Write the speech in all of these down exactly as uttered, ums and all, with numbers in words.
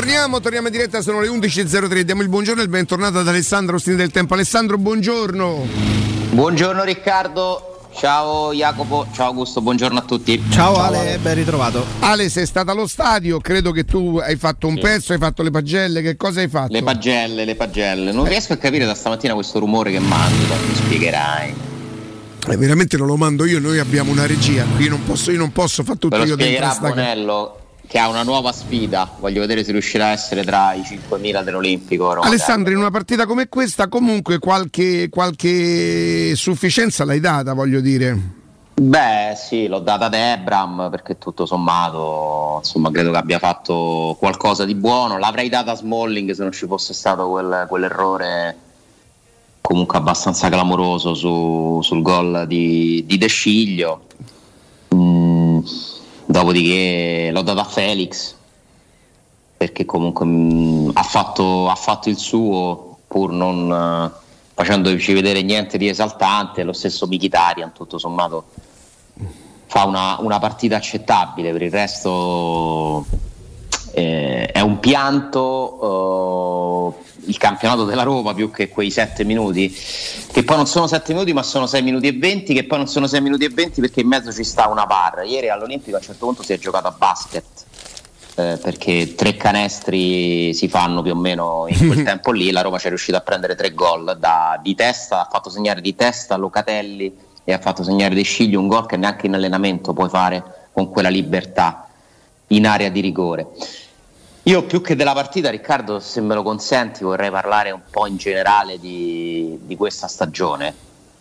Torniamo, torniamo in diretta, sono le undici e zero tre. Diamo il buongiorno e il bentornato ad Alessandro Ostini del Tempo. Alessandro, buongiorno. Buongiorno Riccardo, ciao Jacopo, ciao Augusto, buongiorno a tutti. Ciao, ciao Ale, Ale, ben ritrovato. Ale, sei stato allo stadio, credo che tu hai fatto un sì. pezzo, hai fatto le pagelle, che cosa hai fatto? Le pagelle, le pagelle. Non eh. riesco a capire da stamattina questo rumore che mandi, poi mi spiegherai. Eh, veramente non lo mando io, noi abbiamo una regia, qui non posso, io non posso fare tutto Ve lo io spiegherà dentro sta Bonello, che ha una nuova sfida, voglio vedere se riuscirà a essere tra i cinquemila dell'Olimpico. Roma. Alessandro, in una partita come questa comunque qualche, qualche sufficienza l'hai data, voglio dire. Beh sì, l'ho data ad Ebram perché tutto sommato insomma credo che abbia fatto qualcosa di buono. L'avrei data a Smalling se non ci fosse stato quel, quell'errore comunque abbastanza clamoroso su, sul gol di, di De Sciglio. mm. Dopodiché l'ho dato a Felix perché comunque mh, ha, fatto, ha fatto il suo pur non uh, facendoci vedere niente di esaltante. Lo stesso Mkhitaryan tutto sommato fa una, una partita accettabile, per il resto eh, è un pianto uh, il campionato della Roma più che quei sette minuti che poi non sono sette minuti ma sono sei minuti e venti, che poi non sono sei minuti e venti perché in mezzo ci sta una barra. Ieri all'Olimpico a un certo punto si è giocato a basket eh, perché tre canestri si fanno più o meno in quel tempo lì. La Roma ci è riuscita a prendere tre gol da, di testa, ha fatto segnare di testa Locatelli e ha fatto segnare De Sciglio, un gol che neanche in allenamento puoi fare con quella libertà in area di rigore. Io più che della partita, Riccardo, se me lo consenti, vorrei parlare un po' in generale di, di questa stagione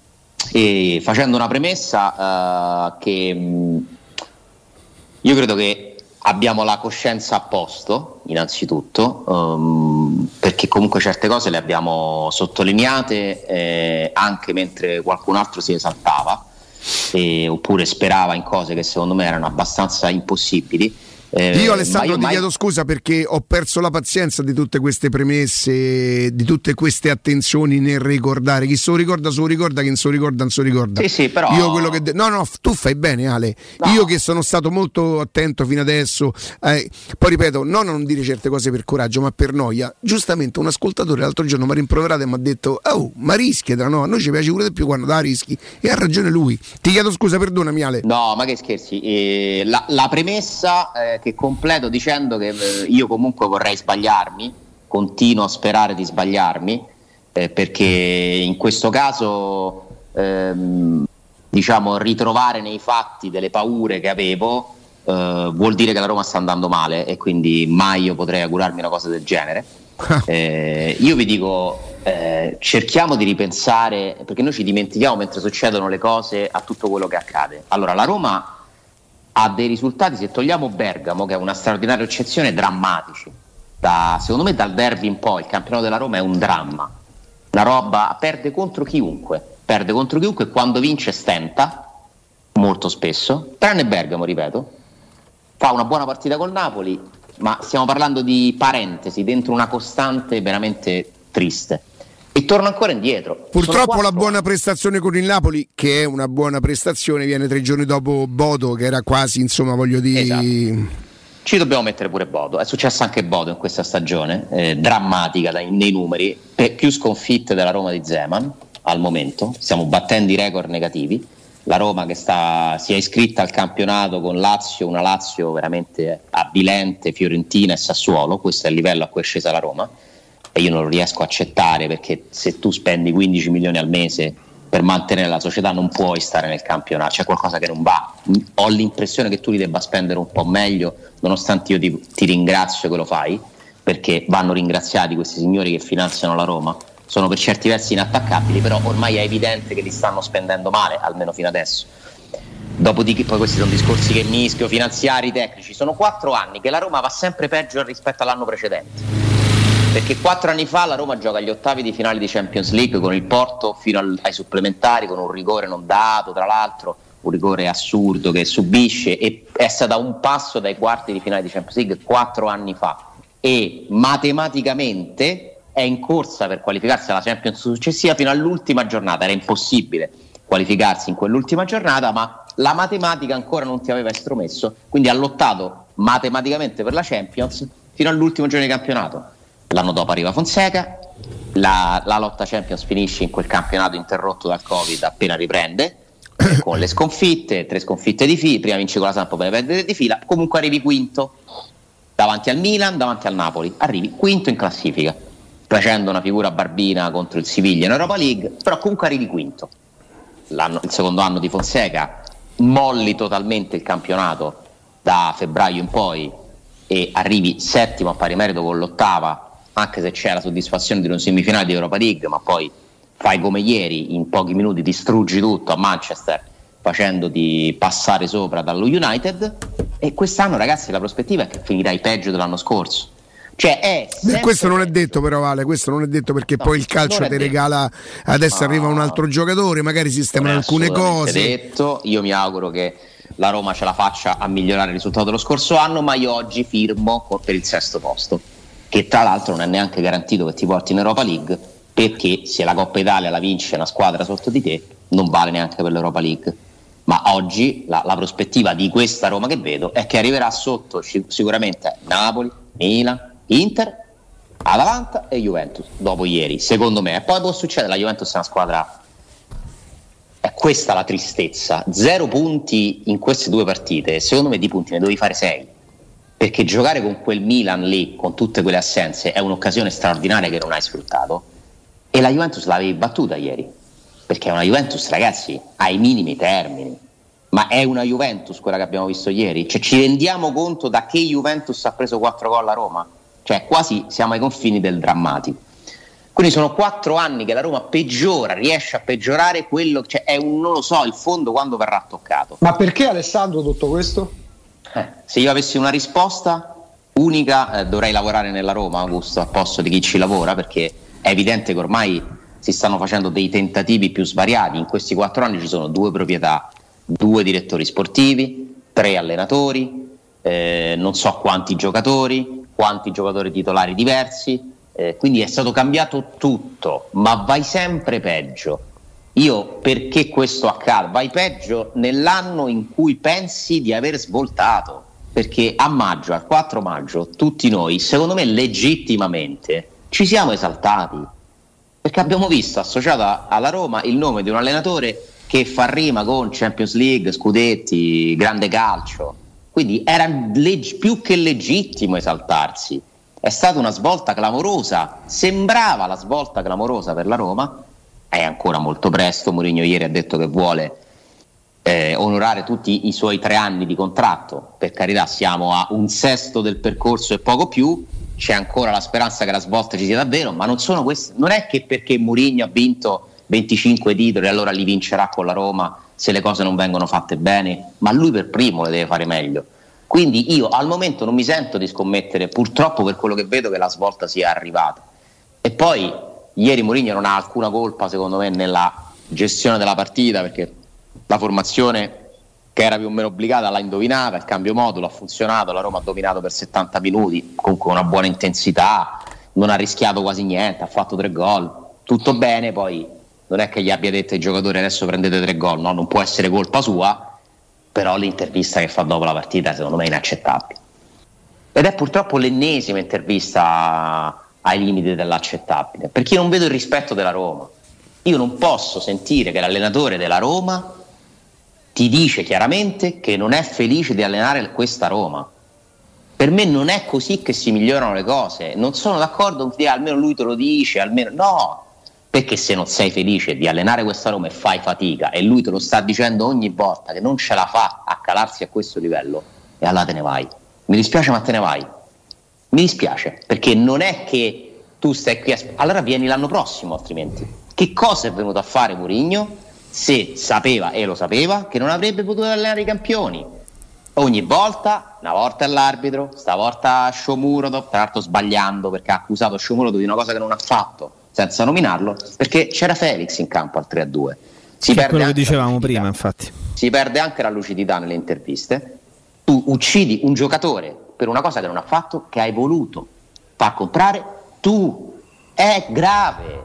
e facendo una premessa uh, che mh, io credo che abbiamo la coscienza a posto innanzitutto, um, perché comunque certe cose le abbiamo sottolineate eh, anche mentre qualcun altro si esaltava eh, oppure sperava in cose che secondo me erano abbastanza impossibili. Eh, io Alessandro io ti mai... chiedo scusa perché ho perso la pazienza di tutte queste premesse, di tutte queste attenzioni nel ricordare. Chi se lo ricorda se lo ricorda, chi non se lo ricorda non se lo ricorda. Sì, sì, però... Io quello che de- no no tu fai bene Ale, no. Io che sono stato molto attento fino adesso eh, poi ripeto, no, non dire certe cose per coraggio ma per noia. Giustamente un ascoltatore l'altro giorno mi ha rimproverato e mi ha detto oh ma rischia, no, a noi ci piace pure di più quando da rischi, e ha ragione lui. Ti chiedo scusa, perdonami Ale. No, ma che scherzi, eh, la, la premessa eh, che completo dicendo che eh, io comunque vorrei sbagliarmi, continuo a sperare di sbagliarmi eh, perché in questo caso ehm, diciamo ritrovare nei fatti delle paure che avevo eh, vuol dire che la Roma sta andando male e quindi mai io potrei augurarmi una cosa del genere. eh, io vi dico eh, cerchiamo di ripensare, perché noi ci dimentichiamo mentre succedono le cose a tutto quello che accade. Allora la Roma ha dei risultati, se togliamo Bergamo che è una straordinaria eccezione, drammatici. Da, secondo me dal derby in poi il campionato della Roma è un dramma, una roba, perde contro chiunque, perde contro chiunque, quando vince stenta molto spesso, tranne Bergamo, ripeto, fa una buona partita col Napoli, ma stiamo parlando di parentesi dentro una costante veramente triste. E torno ancora indietro. Purtroppo la buona prestazione con il Napoli, che è una buona prestazione, viene tre giorni dopo Bodo, che era quasi, insomma, voglio dire. Esatto. Ci dobbiamo mettere pure Bodo. È successo anche Bodo in questa stagione, eh, drammatica dai, nei numeri, per più sconfitte della Roma di Zeman al momento. Stiamo battendo i record negativi. La Roma che sta, si è iscritta al campionato con Lazio, una Lazio veramente avvilente, Fiorentina e Sassuolo. Questo è il livello a cui è scesa la Roma. E io non lo riesco a accettare, perché se tu spendi quindici milioni al mese per mantenere la società non puoi stare nel campionato, c'è qualcosa che non va. Ho l'impressione che tu li debba spendere un po' meglio, nonostante io ti, ti ringrazio che lo fai, perché vanno ringraziati questi signori che finanziano la Roma, sono per certi versi inattaccabili, però ormai è evidente che li stanno spendendo male, almeno fino adesso. Dopodiché poi questi sono discorsi che mischio, finanziari, tecnici. Sono quattro anni che la Roma va sempre peggio rispetto all'anno precedente, perché quattro anni fa la Roma gioca agli ottavi di finale di Champions League con il Porto fino al, ai supplementari, con un rigore non dato, tra l'altro un rigore assurdo che subisce, e è stata un passo dai quarti di finale di Champions League quattro anni fa, e matematicamente è in corsa per qualificarsi alla Champions successiva fino all'ultima giornata. Era impossibile qualificarsi in quell'ultima giornata, ma la matematica ancora non ti aveva estromesso, quindi ha lottato matematicamente per la Champions fino all'ultimo giorno di campionato. L'anno dopo arriva Fonseca, la, la lotta Champions finisce in quel campionato interrotto dal Covid appena riprende, con le sconfitte, tre sconfitte di fila, prima vinci con la Samp, poi perdere di fila, comunque arrivi quinto davanti al Milan, davanti al Napoli, arrivi quinto in classifica, facendo una figura barbina contro il Siviglia in Europa League, però comunque arrivi quinto. L'anno, il secondo anno di Fonseca molli totalmente il campionato da febbraio in poi e arrivi settimo a pari merito con l'ottava, anche se c'è la soddisfazione di una semifinale di Europa League, ma poi fai come ieri, in pochi minuti distruggi tutto a Manchester facendoti passare sopra dallo United, e quest'anno ragazzi la prospettiva è che finirai peggio dell'anno scorso. Cioè è Beh, questo non è detto però Vale, questo non è detto perché no, poi il calcio ti regala, adesso no, arriva un altro giocatore, magari sistemano alcune cose. Detto, io mi auguro che la Roma ce la faccia a migliorare il risultato dello scorso anno, ma io oggi firmo per il sesto posto, che tra l'altro non è neanche garantito che ti porti in Europa League, perché se la Coppa Italia la vince una squadra sotto di te non vale neanche per l'Europa League. Ma oggi la, la prospettiva di questa Roma che vedo è che arriverà sotto sicuramente Napoli, Milan, Inter, Atalanta e Juventus dopo ieri, secondo me. E poi può succedere, la Juventus è una squadra, è questa la tristezza, zero punti in queste due partite, secondo me di punti ne dovevi fare sei, perché giocare con quel Milan lì, con tutte quelle assenze, è un'occasione straordinaria che non hai sfruttato, e la Juventus l'avevi battuta ieri, perché è una Juventus ragazzi ai minimi termini, ma è una Juventus quella che abbiamo visto ieri, cioè ci rendiamo conto da che Juventus ha preso quattro gol a Roma? Cioè quasi siamo ai confini del drammatico. Quindi sono quattro anni che la Roma peggiora, riesce a peggiorare quello, cioè è un, non lo so, il fondo quando verrà toccato. Ma perché Alessandro tutto questo? Eh, se io avessi una risposta unica eh, dovrei lavorare nella Roma, Augusto, al posto di chi ci lavora, perché è evidente che ormai si stanno facendo dei tentativi più svariati. In questi quattro anni ci sono due proprietà, due direttori sportivi, tre allenatori, eh, non so quanti giocatori, quanti giocatori titolari diversi, eh, quindi è stato cambiato tutto, ma vai sempre peggio. Io perché questo accade? Vai peggio nell'anno in cui pensi di aver svoltato, perché a maggio, al quattro maggio, tutti noi, secondo me legittimamente, ci siamo esaltati, perché abbiamo visto associato alla Roma il nome di un allenatore che fa rima con Champions League, scudetti, grande calcio. Quindi era leg- più che legittimo esaltarsi. È stata una svolta clamorosa, sembrava la svolta clamorosa per la Roma, è ancora molto presto. Mourinho ieri ha detto che vuole eh, onorare tutti i suoi tre anni di contratto, per carità siamo a un sesto del percorso e poco più, c'è ancora la speranza che la svolta ci sia davvero, ma non sono queste, non è che perché Mourinho ha vinto venticinque titoli allora li vincerà con la Roma se le cose non vengono fatte bene, ma lui per primo le deve fare meglio. Quindi io al momento non mi sento di scommettere, purtroppo per quello che vedo, che la svolta sia arrivata. E poi ieri Mourinho non ha alcuna colpa secondo me nella gestione della partita, perché la formazione che era più o meno obbligata l'ha indovinata, il cambio modulo ha funzionato, la Roma ha dominato per settanta minuti, comunque una buona intensità, non ha rischiato quasi niente, ha fatto tre gol, tutto bene. Poi non è che gli abbia detto ai giocatori adesso prendete tre gol, no, non può essere colpa sua, però l'intervista che fa dopo la partita secondo me è inaccettabile, ed è purtroppo l'ennesima intervista ai limiti dell'accettabile, perché io non vedo il rispetto della Roma. Io non posso sentire che l'allenatore della Roma ti dice chiaramente che non è felice di allenare questa Roma. Per me non è così che si migliorano le cose. Non sono d'accordo, almeno lui te lo dice, almeno no, perché se non sei felice di allenare questa Roma e fai fatica e lui te lo sta dicendo ogni volta che non ce la fa a calarsi a questo livello, e allora te ne vai. Mi dispiace, ma te ne vai. Mi dispiace, perché non è che tu stai qui a... allora vieni l'anno prossimo, altrimenti. Che cosa è venuto a fare Mourinho se sapeva, e lo sapeva, che non avrebbe potuto allenare i campioni? Ogni volta, una volta è l'arbitro, stavolta Shomurodov, tra l'altro sbagliando perché ha accusato Shomurodov di una cosa che non ha fatto, senza nominarlo, perché c'era Felix in campo al tre a due. Si perde quello che dicevamo prima, infatti. Si perde anche la lucidità nelle interviste. Tu uccidi un giocatore per una cosa che non ha fatto, che hai voluto far comprare tu. È grave.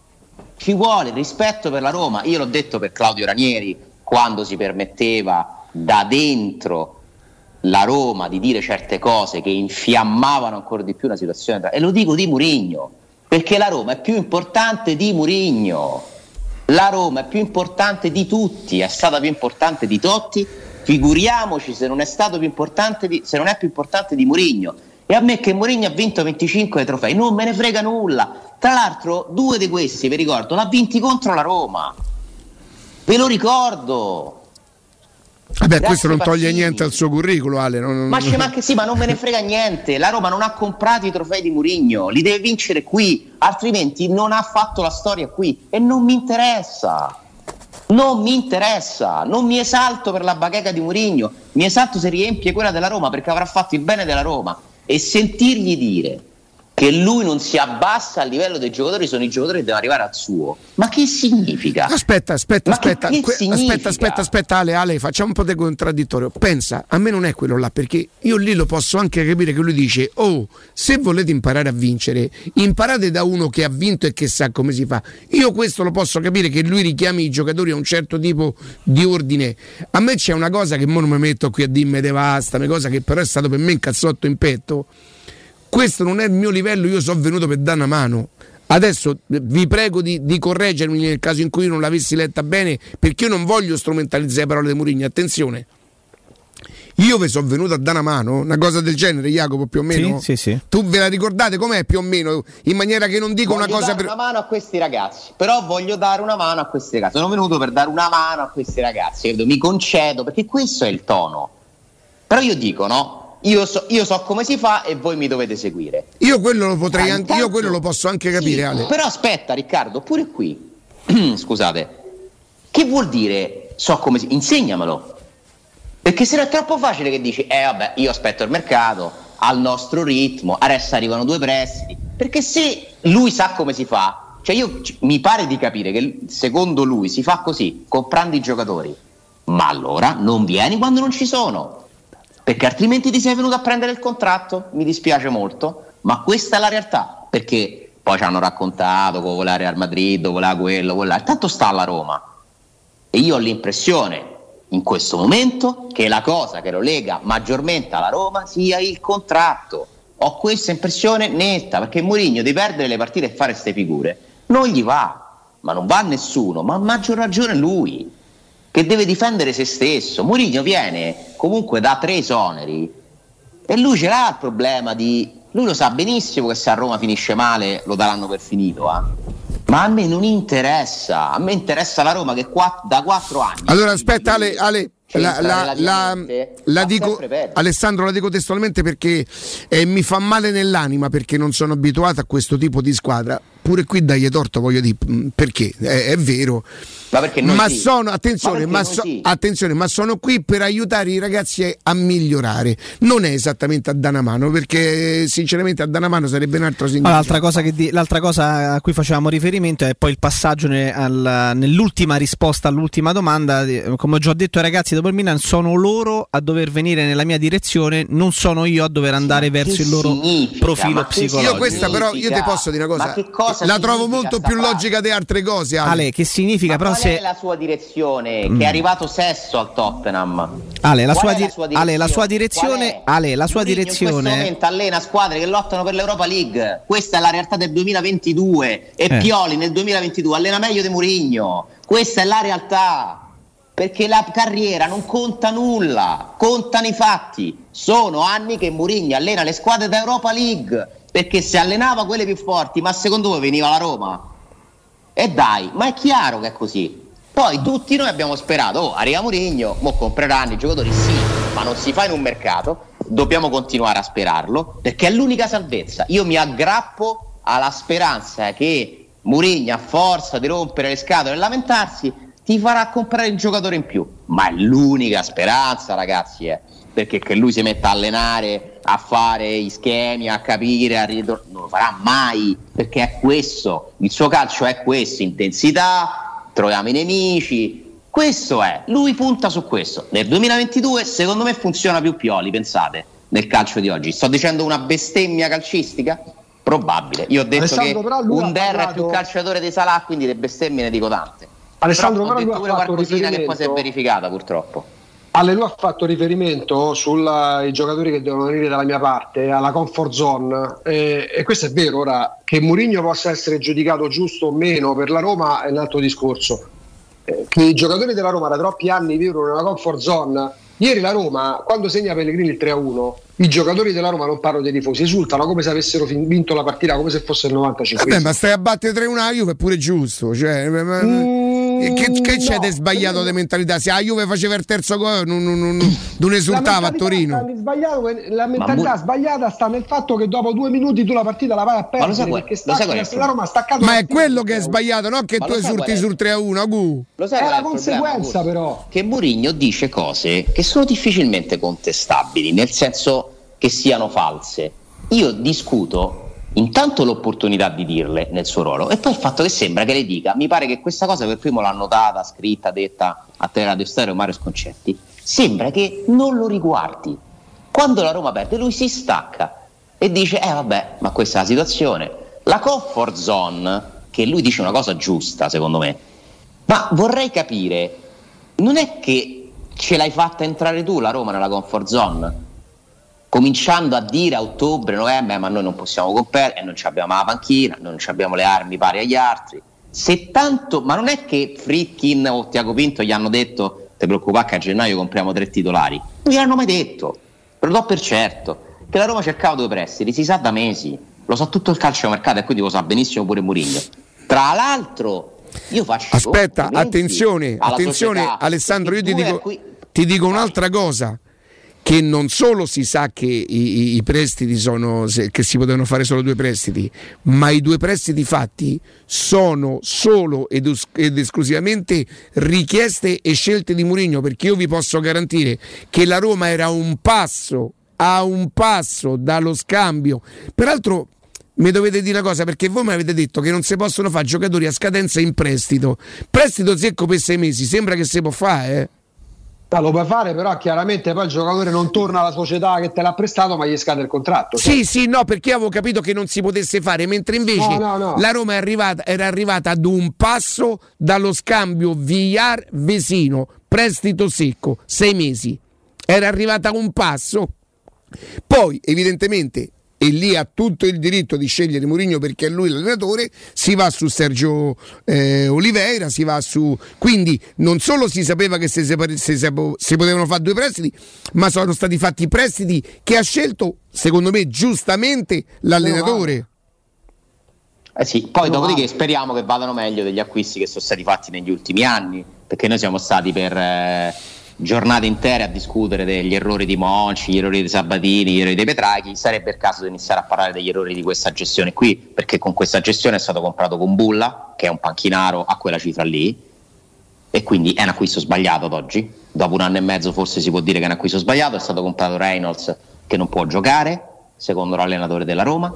Ci vuole rispetto per la Roma. Io l'ho detto per Claudio Ranieri quando si permetteva da dentro la Roma di dire certe cose che infiammavano ancora di più una situazione, e lo dico di Mourinho, perché la Roma è più importante di Mourinho, la Roma è più importante di tutti, è stata più importante di Totti, figuriamoci se non è stato più importante di, se non è più importante di Mourinho. E a me che Mourinho ha vinto venticinque trofei non me ne frega nulla. Tra l'altro due di questi, vi ricordo, l'ha vinti contro la Roma, ve lo ricordo. Vabbè, questo non toglie Pacini. Niente al suo curriculum, Ale. Non, non... Ma c'è anche sì, ma non me ne frega niente. La Roma non ha comprato i trofei di Mourinho, li deve vincere qui, altrimenti non ha fatto la storia qui. E non mi interessa. Non mi interessa. Non mi esalto per la bacheca di Mourinho. Mi esalto se riempie quella della Roma, perché avrà fatto il bene della Roma. E sentirgli dire che lui non si abbassa al livello dei giocatori, sono i giocatori che devono arrivare al suo. Ma che significa? Aspetta, aspetta, Ma aspetta, che, che que- aspetta, aspetta, aspetta, Ale, Ale, facciamo un po' di contraddittorio. Pensa, a me non è quello là, perché io lì lo posso anche capire che lui dice: oh, se volete imparare a vincere, imparate da uno che ha vinto e che sa come si fa. Io questo lo posso capire, che lui richiami i giocatori a un certo tipo di ordine. A me c'è una cosa che mo non mi metto qui a dirmi devasta, una cosa che però è stato per me un cazzotto in petto. Questo non è il mio livello, io sono venuto per dare una mano. Adesso vi prego di, di correggermi nel caso in cui io non l'avessi letta bene, perché io non voglio strumentalizzare le parole di Mourinho. Attenzione, io vi sono venuto a dare una mano, una cosa del genere, Jacopo, più o meno. Sì, sì, sì. Tu ve la ricordate com'è più o meno? In maniera che non dico voglio una cosa dare per... una mano a questi ragazzi, però voglio dare una mano a questi ragazzi. Sono venuto per dare una mano a questi ragazzi, mi concedo, perché questo è il tono. Però io dico, no? Io so, io so come si fa e voi mi dovete seguire. Io quello lo potrei ah, anche, io quello lo posso anche capire, sì, Ale. Però aspetta, Riccardo, pure qui. Scusate. Che vuol dire so come si insegnamelo? Perché se no è troppo facile che dici "Eh vabbè, io aspetto il mercato al nostro ritmo, adesso arrivano due prestiti". Perché se lui sa come si fa, cioè io mi pare di capire che secondo lui si fa così, comprando i giocatori. Ma allora non vieni quando non ci sono. Perché altrimenti ti sei venuto a prendere il contratto, mi dispiace molto, ma questa è la realtà, perché poi ci hanno raccontato che voleva Real Madrid, voleva quello, voleva, tanto sta alla Roma. E io ho l'impressione in questo momento che la cosa che lo lega maggiormente alla Roma sia il contratto. Ho questa impressione netta, perché Mourinho di perdere le partite e fare ste figure non gli va, ma non va a nessuno, ma a maggior ragione lui, che deve difendere se stesso. Mourinho viene comunque da tre esoneri e lui ce l'ha il problema di, lui lo sa benissimo che se a Roma finisce male lo daranno per finito, eh? Ma a me non interessa, a me interessa la Roma che qua, da quattro anni. Allora aspetta Ale, Ale la, la, la, la dico, Alessandro, la dico testualmente perché eh, mi fa male nell'anima, perché non sono abituato a questo tipo di squadra. Pure qui dagli torto, voglio dire, perché è, è vero, ma, perché noi ma sì. sono attenzione ma, ma so, sì. attenzione ma sono qui per aiutare i ragazzi a, a migliorare, non è esattamente a dare una mano, perché sinceramente a dare una mano sarebbe un altro significato. L'altra cosa, che di, l'altra cosa a cui facevamo riferimento è poi il passaggio ne, al, nell'ultima risposta all'ultima domanda. Come ho già detto ai ragazzi dopo il Milan, sono loro a dover venire nella mia direzione, non sono io a dover andare sì, verso il loro profilo psicologico. Io questa però io ti posso dire una cosa, la trovo molto più logica di altre cose, Ale. Ale, che significa? Ma però qual se è la sua direzione? Mm. Che è arrivato sesto al Tottenham. Ale, la, sua, di- di- la sua direzione? Ale, la sua direzione, Ale, la sua Mourinho direzione. in questo momento allena squadre che lottano per l'Europa League. Questa è la realtà del duemilaventidue e eh. Pioli nel duemilaventidue allena meglio di Mourinho. Questa è la realtà. Perché la carriera non conta nulla, contano i fatti. Sono anni che Mourinho allena le squadre d'Europa League, perché se allenava quelle più forti, ma secondo voi veniva la Roma? E dai, ma è chiaro che è così. Poi tutti noi abbiamo sperato, oh, arriva Mourinho, mo compreranno i giocatori, sì, ma non si fa in un mercato, dobbiamo continuare a sperarlo, perché è l'unica salvezza. Io mi aggrappo alla speranza che Mourinho, a forza di rompere le scatole e lamentarsi, ti farà comprare il giocatore in più. Ma è l'unica speranza, ragazzi, eh. Perché che lui si metta a allenare, a fare gli schemi, a capire, a ritor- non lo farà mai, perché è questo, il suo calcio è questo, intensità, troviamo i nemici, questo è, lui punta su questo. Nel duemilaventidue secondo me funziona più Pioli, pensate, nel calcio di oggi. Sto dicendo una bestemmia calcistica? Probabile. Io ho detto Alessandro, che Under parlato... è più calciatore di Salah, quindi le bestemmie ne dico tante. Alessandro, però ho però detto lui pure ha fatto qualcosina riferimento... che poi si è verificata purtroppo. alle lui ha fatto riferimento sui giocatori che devono venire dalla mia parte, alla comfort zone, eh, e questo è vero. Ora, che Mourinho possa essere giudicato giusto o meno per la Roma è un altro discorso, eh, che i giocatori della Roma da troppi anni vivono nella comfort zone. Ieri la Roma, quando segna Pellegrini il tre a uno, i giocatori della Roma, non parlo dei tifosi, esultano come se avessero fin- vinto la partita, come se fosse il novantacinque. Vabbè, ma stai a battere tre a uno a Juve è pure giusto, cioè, ma, mm, che, che c'è no, di sbagliato di mentalità? Se la Juve faceva il terzo gol non, non, non, non esultava a Torino. La mentalità mu- sbagliata sta nel fatto che dopo due minuti tu la partita la vai a perdere, sai, perché stacchi, la Roma ha staccato. Ma è quello che è sbagliato, non che ma tu esulti sul tre a uno. Lo sai, è la conseguenza, però, che Mourinho dice cose che sono difficilmente contestabili, nel senso che siano false. Io discuto intanto l'opportunità di dirle nel suo ruolo e poi il fatto che sembra che le dica, mi pare che questa cosa per primo l'ha notata, scritta, detta a Teleradio Stereo Mario Sconcerti, sembra che non lo riguardi. Quando la Roma perde lui si stacca e dice eh vabbè, ma questa è la situazione. La comfort zone, che lui dice una cosa giusta secondo me, ma vorrei capire, non è che ce l'hai fatta entrare tu la Roma nella comfort zone, cominciando a dire a ottobre, novembre, ma noi non possiamo competere, e non abbiamo la panchina, non abbiamo le armi pari agli altri. Se tanto, ma non è che Fritkin o Tiago Pinto gli hanno detto ti preoccupare che a gennaio compriamo tre titolari, non gliel'hanno mai detto, ve lo do per certo, che la Roma cercava due prestiti, si sa da mesi, lo sa tutto il calciomercato e quindi lo sa benissimo pure Mourinho. Tra l'altro io faccio aspetta, attenzione, attenzione società, Alessandro, io ti dico, qui... ti dico un'altra cosa, che non solo si sa che i, i prestiti sono, che si potevano fare solo due prestiti, ma i due prestiti fatti sono solo ed, us- ed esclusivamente richieste e scelte di Mourinho, perché io vi posso garantire che la Roma era a un passo a un passo dallo scambio. Peraltro mi dovete dire una cosa, perché voi mi avete detto che non si possono fare giocatori a scadenza in prestito. Prestito secco per sei mesi, sembra che si può fare, eh? No, lo puoi fare, però chiaramente poi il giocatore non torna alla società che te l'ha prestato, ma gli scade il contratto. Sì, cioè. sì, no, perché avevo capito che non si potesse fare, mentre invece no, no, no. la Roma è arrivata, era arrivata ad un passo dallo scambio Villar-Vesino, prestito secco, sei mesi. Era arrivata a un passo. Poi, evidentemente, e lì ha tutto il diritto di scegliere Mourinho perché è lui l'allenatore, si va su Sergio eh, Oliveira, si va su, quindi non solo si sapeva che si, separ- si, sap- si potevano fare due prestiti, ma sono stati fatti prestiti che ha scelto, secondo me giustamente, l'allenatore. Eh sì, poi no, dopodiché speriamo che vadano meglio degli acquisti che sono stati fatti negli ultimi anni, perché noi siamo stati per eh, giornate intere a discutere degli errori di Monchi, gli errori di Sabatini, gli errori dei Petraghi. Sarebbe il caso di iniziare a parlare degli errori di questa gestione qui, perché con questa gestione è stato comprato Kumbulla, che è un panchinaro a quella cifra lì, e quindi è un acquisto sbagliato ad oggi. Dopo un anno e mezzo forse si può dire che è un acquisto sbagliato. È stato comprato Reynolds, che non può giocare secondo l'allenatore della Roma.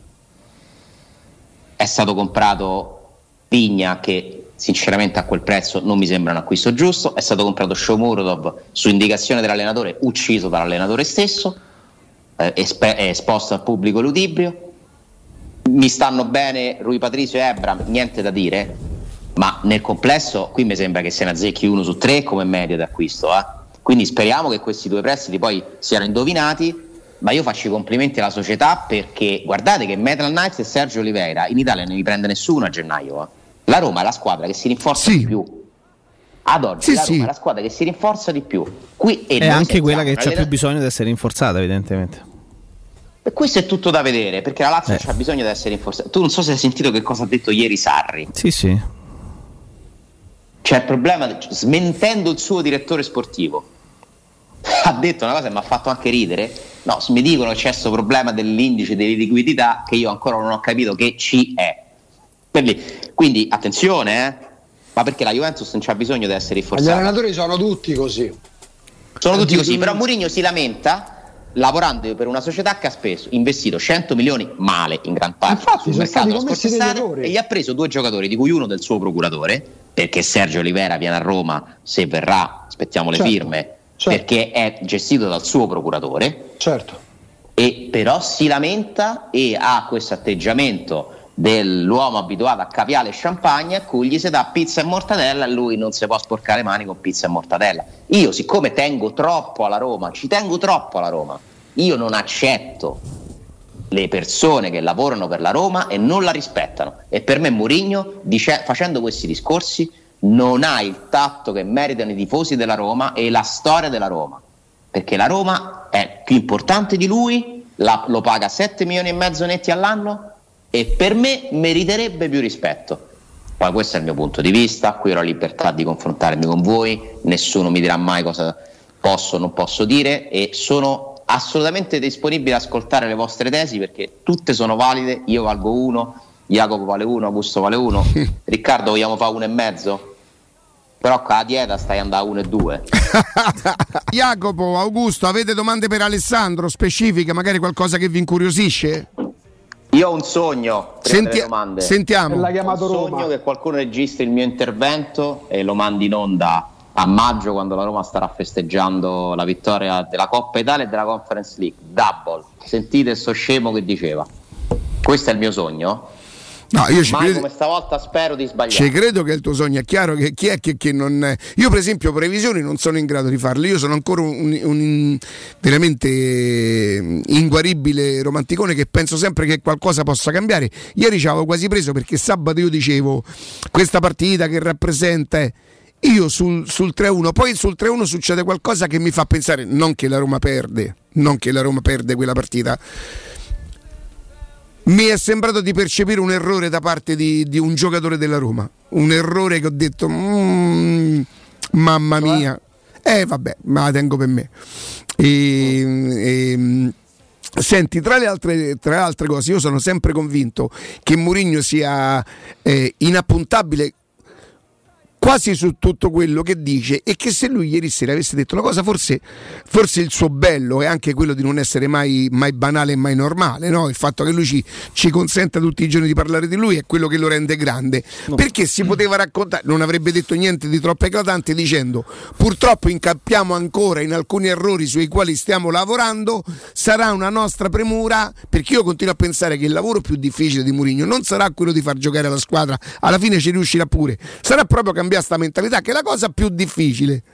È stato comprato Vigna, che sinceramente a quel prezzo non mi sembra un acquisto giusto. È stato comprato Shomurodov su indicazione dell'allenatore, ucciso dall'allenatore stesso, eh, esp- esposto al pubblico ludibrio. Mi stanno bene Rui Patricio e Ebram, niente da dire, ma nel complesso qui mi sembra che se ne azzecchi uno su tre come media d'acquisto, eh? Quindi speriamo che questi due prestiti poi siano indovinati. Ma io faccio i complimenti alla società, perché guardate che Metal Knights e Sergio Oliveira in Italia non li prende nessuno a gennaio, eh? La Roma è la squadra che si rinforza sì. di più ad oggi, sì, la Roma sì. è la squadra che si rinforza di più qui, e è anche quella che c'ha più bisogno di essere rinforzata, evidentemente. E questo è tutto da vedere, perché la Lazio eh. c'ha bisogno di essere rinforzata. Tu non so se hai sentito che cosa ha detto ieri Sarri. Sì sì c'è il problema, smentendo il suo direttore sportivo, ha detto una cosa che mi ha fatto anche ridere. No, mi dicono che c'è questo problema dell'indice di liquidità che io ancora non ho capito che ci è. Quindi attenzione, eh? Ma perché la Juventus non c'ha bisogno di essere rinforzata. Gli allenatori sono tutti così. Sono tutti così, però Mourinho si lamenta lavorando per una società che ha speso, investito cento milioni male in gran parte. Infatti, sul mercato la scorsa estate, e gli ha preso due giocatori, di cui uno del suo procuratore, perché Sergio Oliveira viene a Roma, se verrà, aspettiamo le certo. firme. Certo. Perché è gestito dal suo procuratore, certo. E però si lamenta e ha questo atteggiamento dell'uomo abituato a caviale e champagne, a cui gli si dà pizza e mortadella e lui non si può sporcare le mani con pizza e mortadella. Io, siccome tengo troppo alla Roma, ci tengo troppo alla Roma, io non accetto le persone che lavorano per la Roma e non la rispettano, e per me Mourinho, dice, facendo questi discorsi, non ha il tatto che meritano i tifosi della Roma e la storia della Roma, perché la Roma è più importante di lui, la, lo paga sette milioni e mezzo netti all'anno e per me meriterebbe più rispetto. Poi questo è il mio punto di vista, qui ho la libertà di confrontarmi con voi, nessuno mi dirà mai cosa posso o non posso dire, e sono assolutamente disponibile ad ascoltare le vostre tesi, perché tutte sono valide. Io valgo uno, Jacopo vale uno, Augusto vale uno, Riccardo vogliamo fare uno e mezzo? Però con la dieta stai andando a uno e due. Jacopo, Augusto, avete domande per Alessandro specifiche, magari qualcosa che vi incuriosisce? Io ho un sogno, Senti- domande. sentiamo. L'ha Ho chiamato un Roma. sogno che qualcuno registri il mio intervento e lo mandi in onda a maggio, quando la Roma starà festeggiando la vittoria della Coppa Italia e della Conference League. Double. Sentite sto scemo che diceva. Questo è il mio sogno. No, io ci Mai credo, come stavolta spero di sbagliare. ci credo che è il tuo sogno. È chiaro che chi è che, che non è. Io per esempio previsioni non sono in grado di farle. Io sono ancora un, un veramente inguaribile romanticone che penso sempre che qualcosa possa cambiare. Ieri ci avevo quasi preso, perché sabato io dicevo questa partita che rappresenta è... Io sul, sul tre a uno, poi sul tre a uno succede qualcosa che mi fa pensare non che la Roma perde, non che la Roma perde quella partita. Mi è sembrato di percepire un errore da parte di, di un giocatore della Roma, un errore che ho detto mm, mamma mia, eh vabbè, ma la tengo per me. E, e, senti, tra le altre, tra le altre cose, io sono sempre convinto che Mourinho sia eh, inappuntabile quasi su tutto quello che dice, e che se lui ieri sera avesse detto una cosa, forse, forse il suo bello è anche quello di non essere mai, mai banale e mai normale, no? Il fatto che lui ci, ci consenta tutti i giorni di parlare di lui è quello che lo rende grande, no. Perché si poteva raccontare, non avrebbe detto niente di troppo eclatante dicendo purtroppo incappiamo ancora in alcuni errori sui quali stiamo lavorando, sarà una nostra premura, perché io continuo a pensare che il lavoro più difficile di Mourinho non sarà quello di far giocare la squadra, alla fine ci riuscirà pure, sarà proprio cambiare sta mentalità, che è la cosa più difficile.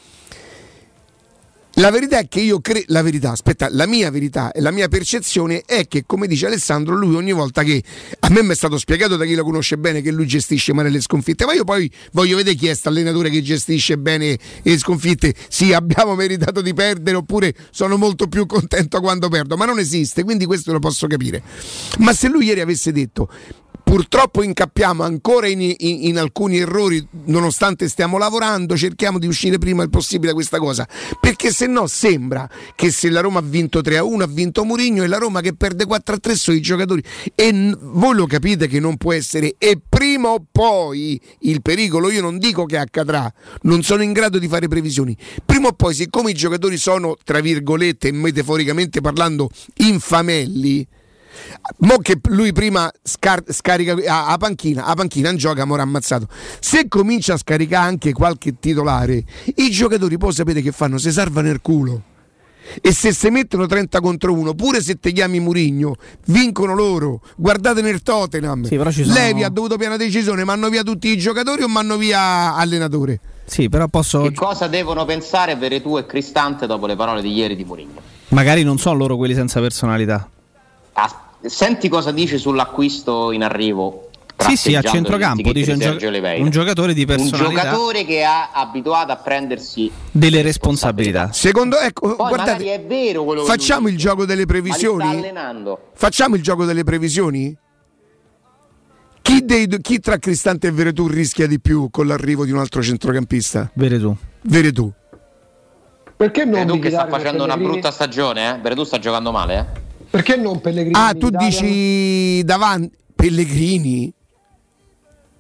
La verità è che io credo, la verità, aspetta, la mia verità e la mia percezione è che, come dice Alessandro, lui ogni volta che, a me mi è stato spiegato da chi lo conosce bene che lui gestisce male le sconfitte, ma io poi voglio vedere chi è sta allenatore che gestisce bene le sconfitte, sì abbiamo meritato di perdere oppure sono molto più contento quando perdo, ma non esiste, quindi questo lo posso capire. Ma se lui ieri avesse detto purtroppo incappiamo ancora in, in, in alcuni errori, nonostante stiamo lavorando, cerchiamo di uscire prima il possibile da questa cosa, perché se no sembra che se la Roma ha vinto tre a uno ha vinto Mourinho, e la Roma che perde quattro a tre sono i giocatori, e n- voi lo capite che non può essere, e prima o poi il pericolo, io non dico che accadrà, non sono in grado di fare previsioni, prima o poi siccome i giocatori sono tra virgolette metaforicamente parlando infamelli, mo che lui prima scar- scarica a, a panchina, a panchina non gioca, mo' ammazzato, se comincia a scaricare anche qualche titolare, i giocatori poi sapete che fanno? Si salvano il culo, e se si mettono trenta contro uno, pure se te chiami Mourinho, vincono loro. Guardate nel Tottenham, sì, però ci sono... Levi ha dovuto piena decisione, manno via tutti i giocatori o manno via allenatore? Sì, però posso... Che cosa devono pensare Veretù e Cristante dopo le parole di ieri di Mourinho? Magari non sono loro quelli senza personalità. Ah, senti cosa dice sull'acquisto in arrivo. Sì, sì, a centrocampo dice un, gio- un giocatore di personalità, un giocatore che è abituato a prendersi delle responsabilità. Secondo, ecco, poi guardate, è vero quello che facciamo lui il dice, gioco delle previsioni. ma li sta allenando. Facciamo il gioco delle previsioni. Chi, dei, chi tra Cristante e Veretù rischia di più con l'arrivo di un altro centrocampista? Veretù. Veretù. Perché non Veretù che sta militare facendo una Pellegrini? brutta stagione, eh? Veretù sta giocando male, eh? Perché non Pellegrini? Ah, tu in Italia? dici davanti Pellegrini?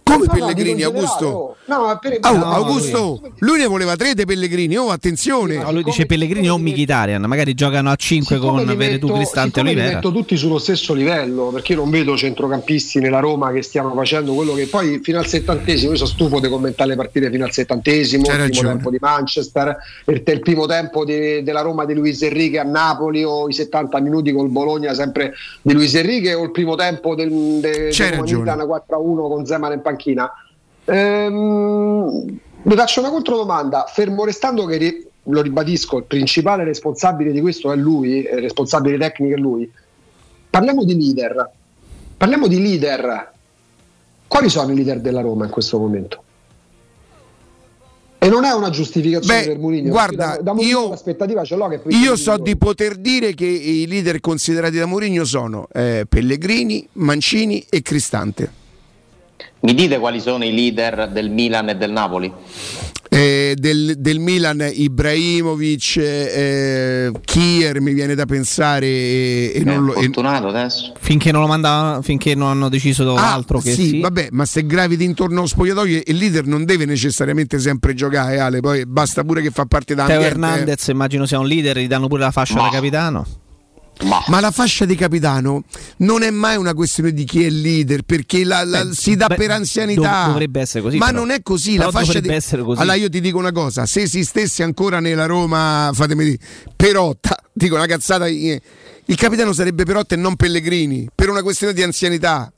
Come no, Pellegrini, no, Augusto? Oh. No, per... oh, no, Augusto, lui... lui ne voleva tre dei Pellegrini, oh attenzione. No, lui dice Pellegrini o Mkhitaryan, magari giocano a cinque con Veretù, Cristante e Olivera. Li metto tutti sullo stesso livello, perché io non vedo centrocampisti nella Roma che stiano facendo quello che poi fino al settantesimo, io sono stufo di commentare le partite fino al settantesimo, il primo tempo di Manchester, il, il primo tempo di, della Roma di Luis Enrique a Napoli, o i settanta minuti col Bologna sempre di Luis Enrique, o il primo tempo del, de, del Roma quattro a uno con Zeman in panchina. Ehm, mi faccio una controdomanda, fermo restando che, lo ribadisco, il principale responsabile di questo è lui, il responsabile tecnico è lui. Parliamo di leader, parliamo di leader. Quali sono i leader della Roma in questo momento? E non è una giustificazione. Beh, per Mourinho. Guarda, da, da Mourinho io, l'aspettativa ce l'ho che io so di poter dire che i leader considerati da Mourinho sono eh, Pellegrini, Mancini e Cristante. Mi dite quali sono i leader del Milan e del Napoli? Eh, del, del Milan Ibrahimovic, eh, Kier mi viene da pensare e, e non lo, fortunato adesso finché non lo manda, finché non hanno deciso ah, altro che sì, sì. Vabbè, ma se graviti intorno allo spogliatoio il leader non deve necessariamente sempre giocare, Ale, poi basta pure che fa parte da Teo Hernandez, eh. immagino sia un leader, gli danno pure la fascia no. da capitano. Ma. ma la fascia di capitano non è mai una questione di chi è il leader, perché la, la, beh, si dà beh, per anzianità. Dov- dovrebbe essere così. Ma però. non è così. Però la fascia dovrebbe di... essere così. Allora io ti dico una cosa: se esistesse ancora nella Roma, fatemi dire, Perotta, dico una cazzata, il capitano sarebbe Perotta e non Pellegrini, per una questione di anzianità.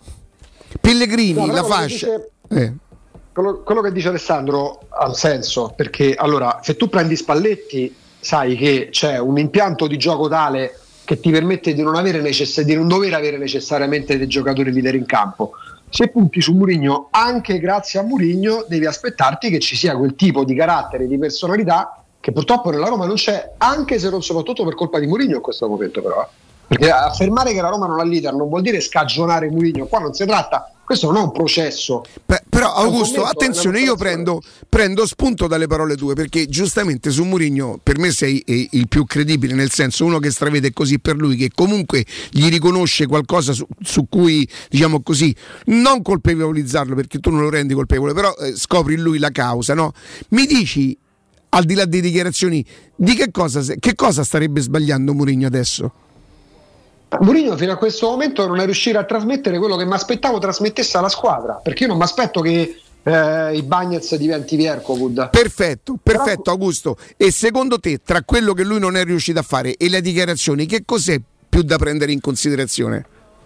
Pellegrini, no, la fascia. Dice... Eh. Quello, quello che dice Alessandro ha senso, perché allora se tu prendi Spalletti sai che c'è un impianto di gioco tale che ti permette di non avere necess- di non dover avere necessariamente dei giocatori leader in campo. Se punti su Mourinho, anche grazie a Mourinho devi aspettarti che ci sia quel tipo di carattere, di personalità che purtroppo nella Roma non c'è, anche se non soprattutto per colpa di Mourinho in questo momento però. Perché affermare che la Roma non ha leader non vuol dire scagionare Mourinho, qua non si tratta, questo non è un processo. Beh, però Augusto, attenzione, io prendo, prendo spunto dalle parole tue, perché giustamente su Mourinho per me sei il più credibile, nel senso uno che stravede così per lui, che comunque gli riconosce qualcosa su, su cui, diciamo così, non colpevolizzarlo perché tu non lo rendi colpevole, però eh, scopri in lui la causa, no? Mi dici, al di là delle dichiarazioni, di che cosa, che cosa starebbe sbagliando Mourinho adesso? Mourinho fino a questo momento non è riuscito a trasmettere quello che mi aspettavo trasmettesse alla squadra, perché io non mi aspetto che eh, i Bagnets diventi Vierkovud. Perfetto, perfetto. Però... Augusto, e secondo te tra quello che lui non è riuscito a fare e le dichiarazioni, che cos'è più da prendere in considerazione?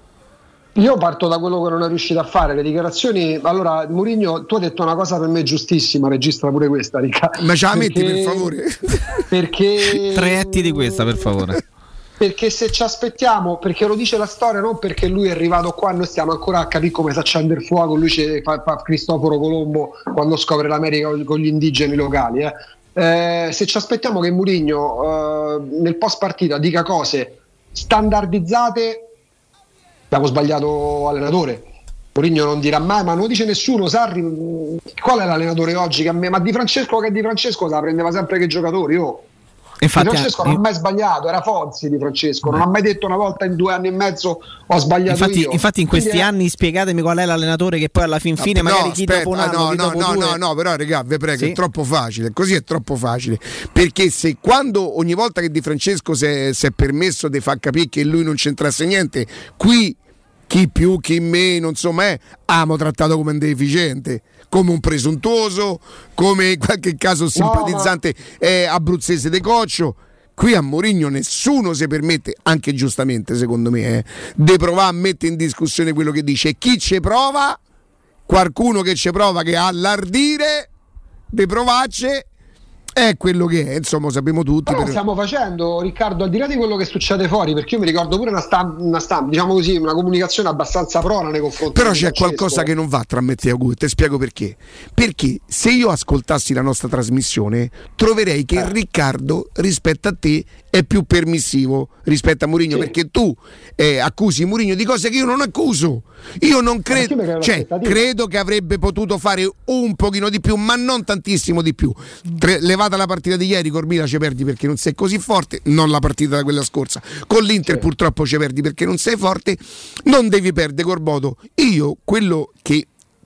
Io parto da quello che non è riuscito a fare, le dichiarazioni. Allora Mourinho, tu hai detto una cosa per me giustissima, registra pure questa, Ricca. Ma ce la metti per favore? Perché tre etti di questa per favore. Perché se ci aspettiamo, perché lo dice la storia, non perché lui è arrivato qua, noi stiamo ancora a capire come si accende il fuoco, lui ci fa, fa Cristoforo Colombo quando scopre l'America con gli indigeni locali. Eh. Eh, se ci aspettiamo che Mourinho eh, nel post partita dica cose standardizzate, abbiamo sbagliato allenatore. Mourinho non dirà mai, ma non lo dice nessuno. Sarri, qual è l'allenatore oggi? Che a me, ma Di Francesco che Di Francesco se la prendeva sempre che giocatori. Oh. Infatti, Di Francesco non ha mai sbagliato, era Fonzi Di Francesco, non ha mai detto una volta in due anni e mezzo ho sbagliato infatti, io. Infatti in questi Quindi anni è... spiegatemi qual è l'allenatore che poi alla fin fine no, magari no, chi aspetta, dopo un anno, no, chi no, dopo no, due... no, no, però regà, vi prego, sì? è troppo facile, così è troppo facile, perché se quando ogni volta che Di Francesco si è, si è permesso di far capire che lui non c'entrasse niente, qui chi più, chi meno, insomma, è amo trattato come un deficiente, come un presuntuoso, come in qualche caso simpatizzante no, ma... eh, abruzzese de Coccio. Qui a Mourinho nessuno si permette, anche giustamente secondo me, eh, di provare a mettere in discussione quello che dice. Chi ci prova, qualcuno che ci prova, che ha l'ardire di provarci, è quello che è, insomma, sappiamo tutti. Però per... stiamo facendo, Riccardo, al di là di quello che succede fuori, perché io mi ricordo pure una stampa, una stampa diciamo così, una comunicazione abbastanza prona nei confronti. Però c'è qualcosa che non va tra me e te, Augusto, te spiego perché. Perché se io ascoltassi la nostra trasmissione, troverei che eh. Riccardo rispetto a te è più permissivo rispetto a Mourinho, sì. Perché tu eh, accusi Mourinho di cose che io non accuso. Io non credo, cioè, credo che avrebbe potuto fare un pochino di più, ma non tantissimo di più. Tre, levata la partita di ieri, Corbina ci perdi perché non sei così forte, non la partita da quella scorsa. Con l'Inter sì. Purtroppo ci perdi perché non sei forte, non devi perdere Corboto. Io quello che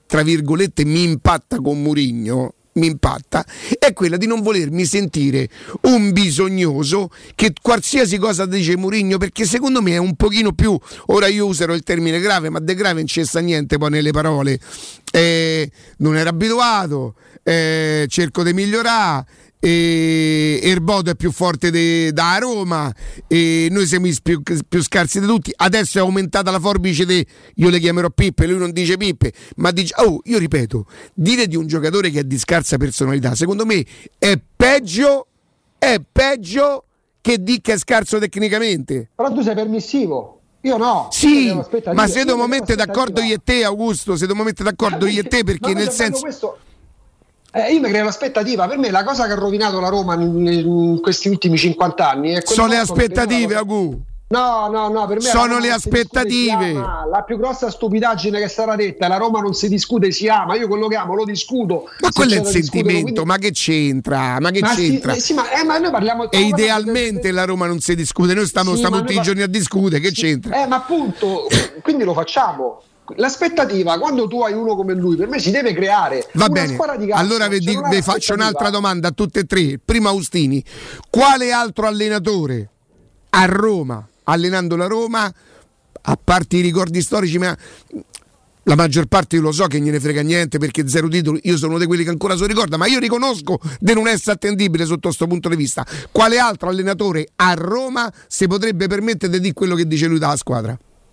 tra virgolette mi impatta con Mourinho, mi impatta, è quella di non volermi sentire un bisognoso che qualsiasi cosa dice Mourinho, perché secondo me è un pochino più, ora io userò il termine grave, ma de grave non c'è sta niente poi nelle parole, eh, non era abituato, eh, cerco di migliorare, e Erbodo è più forte de, da Roma, e noi siamo più, più scarsi di tutti. Adesso è aumentata la forbice de, io le chiamerò Pippe, lui non dice Pippe, ma dice, oh, io ripeto, dire di un giocatore che è di scarsa personalità secondo me è peggio è peggio che di che è scarso tecnicamente. Però tu sei permissivo, io no. Sì, ma se dobbiamo mettere d'accordo io e te, Augusto, se dobbiamo mettere d'accordo io e te, perché nel senso questo... Eh, io mi creo l'aspettativa. Per me la cosa che ha rovinato la Roma in, in questi ultimi cinquanta anni è sono le aspettative, Agu. No, no, no, per me sono le aspettative. La più grossa stupidaggine che è stata detta, la Roma non si discute, si ama. Io quello che amo lo discuto. Ma quello è il sentimento, quindi... ma che c'entra? Ma che ma c'entra? Sì, sì, ma, eh, ma noi parliamo e idealmente del... la Roma non si discute, noi stiamo, sì, stiamo tutti i giorni a discutere, che sì. c'entra? Eh, ma appunto, quindi lo facciamo. L'aspettativa, quando tu hai uno come lui, per me si deve creare. Va una bene, squadra di calcio, allora vi, cioè vi faccio un'altra domanda a tutte e tre. Prima Austini, quale altro allenatore a Roma, allenando la Roma, a parte i ricordi storici, ma la maggior parte io lo so che gliene frega niente perché zero titoli, io sono uno di quelli che ancora si ricorda, ma io riconosco di non essere attendibile sotto questo punto di vista. Quale altro allenatore a Roma si potrebbe permettere di dire quello che dice lui dalla squadra?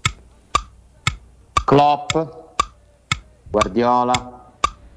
Klopp, Guardiola,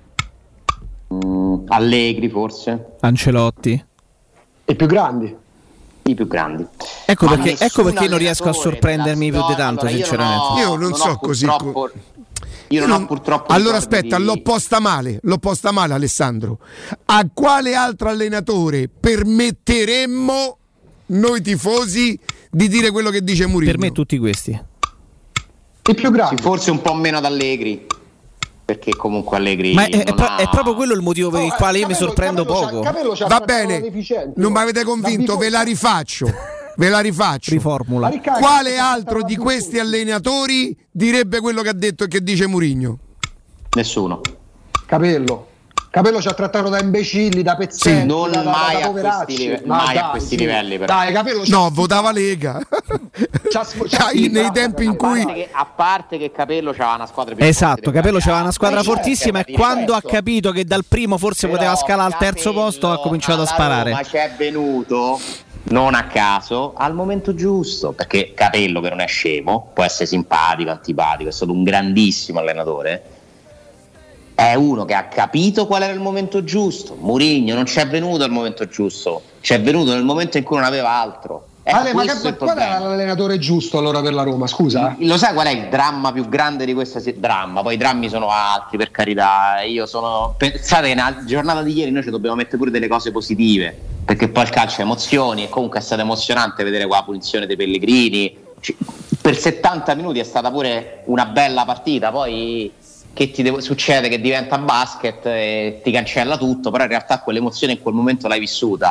mh, Allegri forse, Ancelotti, i più grandi. I più grandi. Ecco ma perché, ecco perché non riesco a sorprendermi più di tanto, allora, sinceramente. Io non, ho, io non, non so così. Io, io non ho purtroppo. Allora aspetta, di... l'ho posta male, l'ho posta male Alessandro. A quale altro allenatore permetteremmo noi tifosi di dire quello che dice Mourinho? Per me tutti questi. I più grandi. Sì, forse un po' meno ad Allegri, perché comunque Allegri ma è, è, pro- ha... è proprio quello il motivo per il no, quale io mi sorprendo poco. Capello c'ha Va bene, non mi avete convinto, ve la rifaccio. Ve la rifaccio. Riformula. Quale altro di questi allenatori direbbe quello che ha detto e che dice Mourinho? Nessuno. Capello. Capello ci ha trattato da imbecilli, da pezzetti, sì, non da, mai, da, da a questi, live- ma mai dai, a questi sì. livelli però. Dai, Capello no, votava Lega. c'ha, c'ha nei bravo, tempi in cui che, a parte che Capello c'aveva una squadra più esatto, Capello c'aveva una squadra certo, fortissima e quando ha capito che dal primo forse però poteva scalare al terzo Capello posto ha cominciato a sparare. Ma c'è venuto non a caso al momento giusto, perché Capello, che non è scemo, può essere simpatico, antipatico, è stato un grandissimo allenatore, è uno che ha capito qual era il momento giusto. Mourinho non ci è venuto al momento giusto, ci è venuto nel momento in cui non aveva altro. Eh, Ale, ma cap- qual era l'allenatore giusto allora per la Roma? Scusa, lo sai qual è il dramma più grande di questa se- dramma? Poi i drammi sono altri, per carità. Io sono pensate che nella giornata di ieri noi ci dobbiamo mettere pure delle cose positive, perché poi il calcio è emozioni e comunque è stato emozionante vedere qua la punizione dei Pellegrini. Per settanta minuti è stata pure una bella partita, poi che ti devo, succede che diventa basket e ti cancella tutto, però in realtà quell'emozione in quel momento l'hai vissuta.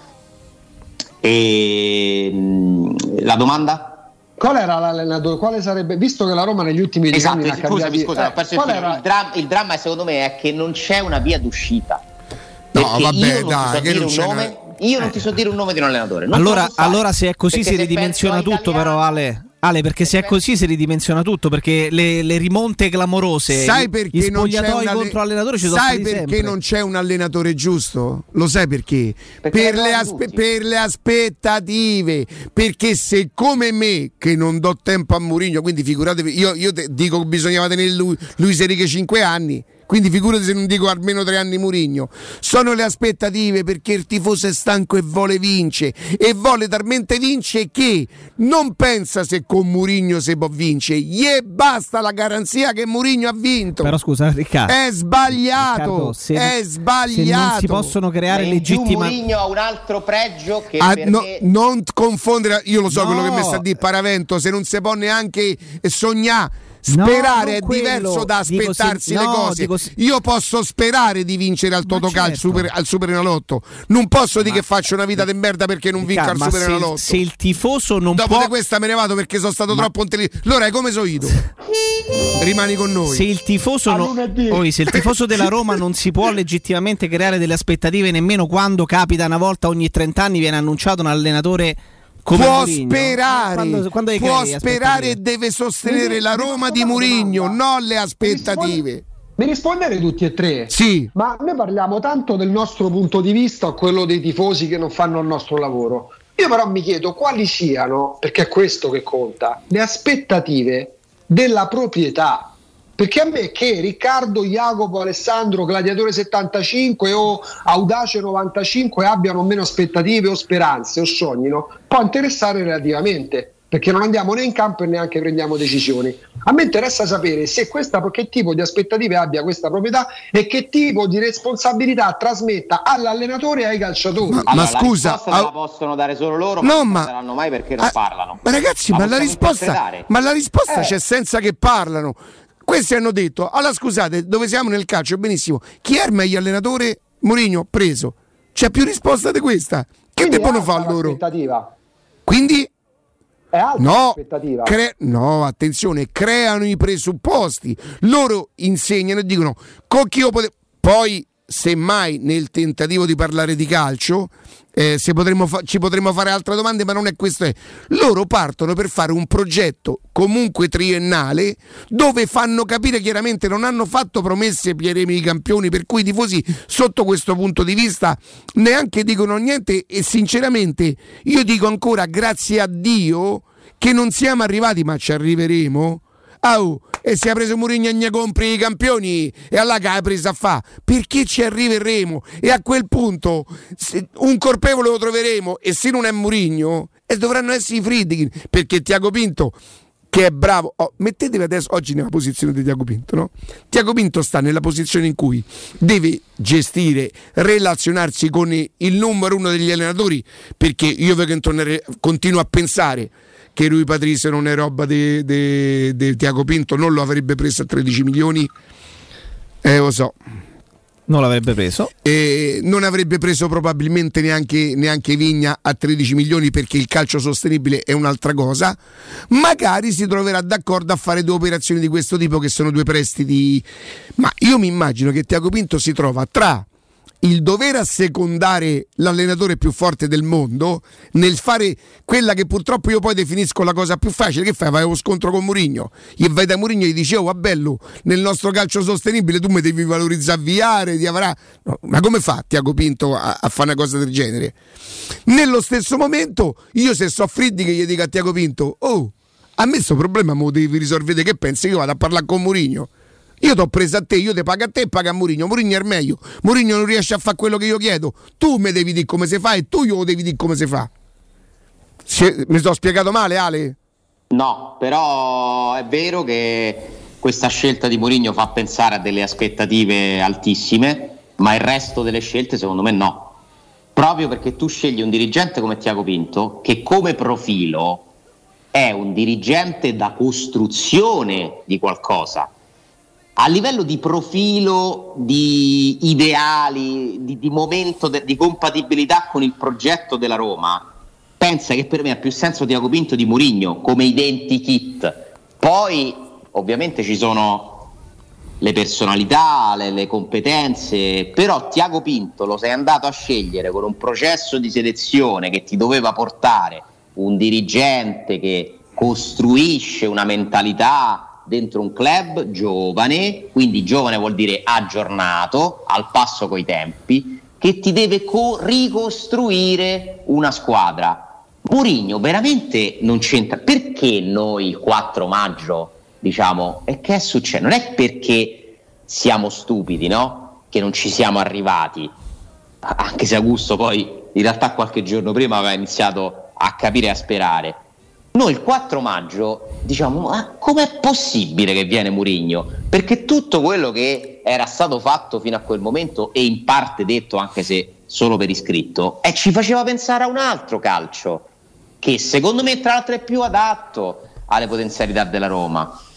E la domanda? Qual era l'allenatore? Quale sarebbe, visto che la Roma negli ultimi dieci esatto, anni ha scusami, scusa, eh, ho perso il, era... il, dram- il dramma secondo me è che non c'è una via d'uscita. No, vabbè, io non dai, ti so che dire non un c'è nome, una... io non ti so dire un nome di un allenatore. Non allora, allora se è così si ridimensiona tutto, italiano, però Ale. Ale, perché se è così si ridimensiona tutto, perché le, le rimonte clamorose, sai perché gli spogliatoi non contro allenatori ci sono sai stati perché sempre. Non c'è un allenatore giusto? Lo sai perché? Perché per, le aspe- per le aspettative, perché se come me che non do tempo a Mourinho, quindi figuratevi, io, io te dico che bisognava tenere lui, Luis Enrique cinque anni, quindi figurati se non dico almeno tre anni Mourinho. Sono le aspettative, perché il tifoso è stanco e vuole vincere, e vuole talmente vince che non pensa se con Mourinho si può vincere, gli basta la garanzia che Mourinho ha vinto. Però scusa Riccardo, è sbagliato, Riccardo, se, è sbagliato. Se non si possono creare legittima. Mourinho ha un altro pregio che ah, per no, me... non confondere, io lo so no. quello che mi sta a dire Paravento, se non si può neanche sognare. Sperare no, è quello, diverso da aspettarsi se, le no, cose. se... Io posso sperare di vincere al Totocalcio, certo. super, al Superenalotto. Non posso dire ma... che faccio una vita di merda perché non vinco al Superenalotto. Se, se il tifoso non Dopo può... di questa me ne vado perché sono stato ma... troppo intelligente. Allora, come so io? Rimani con noi. Se il tifoso no... Poi, se il tifoso della Roma non si può legittimamente creare delle aspettative nemmeno quando capita una volta ogni trenta anni viene annunciato un allenatore come può Mourinho. sperare quando, quando può sperare e deve sostenere la Roma di Mourinho, non le aspettative. Mi rispondere tutti e tre? Sì. Ma noi parliamo tanto del nostro punto di vista o quello dei tifosi che non fanno il nostro lavoro. Io però mi chiedo quali siano, perché è questo che conta, le aspettative della proprietà. Perché a me che Riccardo, Jacopo, Alessandro, Gladiatore settantacinque o Audace novantacinque abbiano meno aspettative o speranze o sognino può interessare relativamente, perché non andiamo né in campo e neanche prendiamo decisioni. A me interessa sapere se questa, che tipo di aspettative abbia questa proprietà e che tipo di responsabilità trasmetta all'allenatore e ai calciatori. Ma, allora, ma scusa, la risposta a... la possono dare solo loro, no, ma non ma... saranno mai perché non ah, parlano. Ma ragazzi, ma, ma la risposta, ma la risposta eh. c'è senza che parlano. Questi hanno detto, allora scusate, dove siamo nel calcio? Benissimo, chi è il meglio allenatore? Mourinho, preso. C'è più risposta di questa. Che devono fare loro? Quindi? È alta no, l'aspettativa. Cre- no, attenzione, creano i presupposti. Loro insegnano e dicono, con chi io potevo... Poi, semmai, nel tentativo di parlare di calcio... Eh, se potremmo fa- ci potremmo fare altre domande, ma non è questo. È. Loro partono per fare un progetto comunque triennale dove fanno capire chiaramente non hanno fatto promesse Pieremi i campioni, per cui i tifosi sotto questo punto di vista neanche dicono niente e sinceramente io dico ancora grazie a Dio che non siamo arrivati, ma ci arriveremo. Oh, e si è preso Mourinho e ne compri i campioni e allora che ha preso a fa perché ci arriveremo e a quel punto un colpevole lo troveremo e se non è Mourinho e dovranno essere i Friedkin perché Tiago Pinto che è bravo oh, mettetevi adesso oggi nella posizione di Tiago Pinto, no? Tiago Pinto sta nella posizione in cui deve gestire, relazionarsi con il numero uno degli allenatori perché io continuo a pensare che Rui Patricio non è roba di Tiago Pinto, non lo avrebbe preso a tredici milioni, eh lo so. Non l'avrebbe preso. E non avrebbe preso probabilmente neanche, neanche Vigna a tredici milioni perché il calcio sostenibile è un'altra cosa. Magari si troverà d'accordo a fare due operazioni di questo tipo che sono due prestiti. Ma io mi immagino che Tiago Pinto si trova tra il dover assecondare l'allenatore più forte del mondo nel fare quella che purtroppo io poi definisco la cosa più facile. Che fai? Vai allo scontro con Mourinho, gli vai da Mourinho e gli dici oh va bello, nel nostro calcio sostenibile tu mi devi valorizzare avviare, ti avrà... no, ma come fa Tiago Pinto a, a fare una cosa del genere? Nello stesso momento io se so Friddi che gli dico a Tiago Pinto oh a me sto problema me lo devi risolvere, che pensi che io vado a parlare con Mourinho? Io ti ho preso a te, io ti pago a te e pago a Mourinho. Mourinho è il meglio. Mourinho non riesce a fare quello che io chiedo. Tu mi devi dire come si fa e tu io lo devi dire come si fa. Si, mi sto spiegato male, Ale? No, però è vero che questa scelta di Mourinho fa pensare a delle aspettative altissime, ma il resto delle scelte secondo me no. Proprio perché tu scegli un dirigente come Tiago Pinto, che come profilo è un dirigente da costruzione di qualcosa. A livello di profilo, di ideali, di, di momento, de, di compatibilità con il progetto della Roma, pensa che per me ha più senso Tiago Pinto di Mourinho come identikit. Poi ovviamente ci sono le personalità, le, le competenze, però Tiago Pinto lo sei andato a scegliere con un processo di selezione che ti doveva portare un dirigente che costruisce una mentalità dentro un club giovane, quindi giovane vuol dire aggiornato, al passo coi tempi, che ti deve co- ricostruire una squadra. Mourinho veramente non c'entra. Perché noi il quattro maggio diciamo e che è successo? Non è perché siamo stupidi, no? Che non ci siamo arrivati, anche se Augusto poi in realtà qualche giorno prima aveva iniziato a capire e a sperare. Noi il quattro maggio diciamo ma com'è possibile che viene Mourinho? Perché tutto quello che era stato fatto fino a quel momento e in parte detto anche se solo per iscritto e ci faceva pensare a un altro calcio che secondo me tra l'altro è più adatto alle potenzialità della Roma,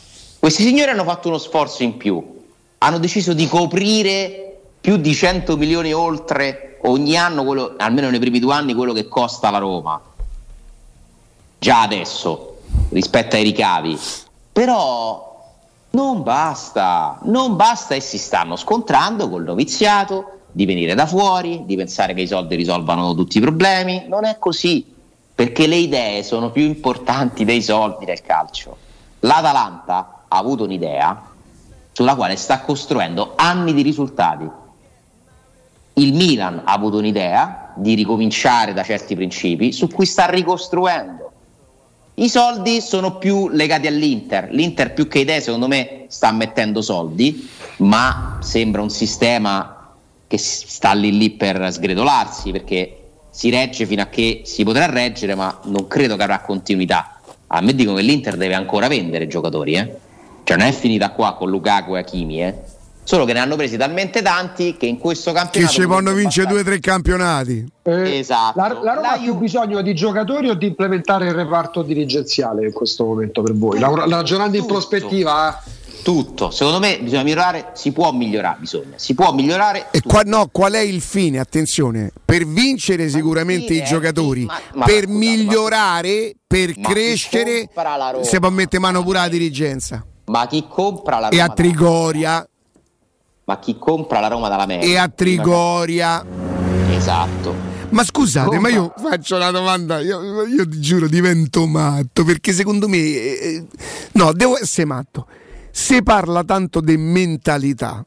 Questi signori hanno fatto uno sforzo in più, hanno deciso di coprire più di cento milioni oltre ogni anno, quello, almeno nei primi due anni, quello che costa la Roma già adesso rispetto ai ricavi. Però non basta, non basta, e si stanno scontrando col noviziato di venire da fuori, di pensare che i soldi risolvano tutti i problemi. Non è così, perché le idee sono più importanti dei soldi nel calcio. L'Atalanta ha avuto un'idea sulla quale sta costruendo anni di risultati. Il Milan ha avuto un'idea di ricominciare da certi principi su cui sta ricostruendo. I soldi sono più legati all'Inter. L'Inter più che idee secondo me sta mettendo soldi, ma sembra un sistema che sta lì lì per sgretolarsi, perché si regge fino a che si potrà reggere, ma non credo che avrà continuità. A me dicono che l'Inter deve ancora vendere giocatori, eh? Cioè non è finita qua con Lukaku e Hakimi, eh? Solo che ne hanno presi talmente tanti che in questo campionato che ci possono vincere due o tre campionati. Eh, esatto. La, la Roma ha più bisogno di giocatori o di implementare il reparto dirigenziale in questo momento per voi? La, la, ragionando in prospettiva, tutto, secondo me bisogna migliorare, si può migliorare, bisogna, si può migliorare. E qua, no, qual è il fine? Attenzione, per vincere sicuramente i giocatori, ma, ma per scusa, migliorare, per ma crescere, si può mettere mano pure alla dirigenza. Ma chi compra la Roma e a Trigoria? Ma chi compra la Roma dall'America? E a Trigoria. Esatto. Ma scusate, Roma. ma io faccio una domanda, io, io ti giuro divento matto, perché secondo me eh, no, devo essere matto. Se parla tanto di mentalità,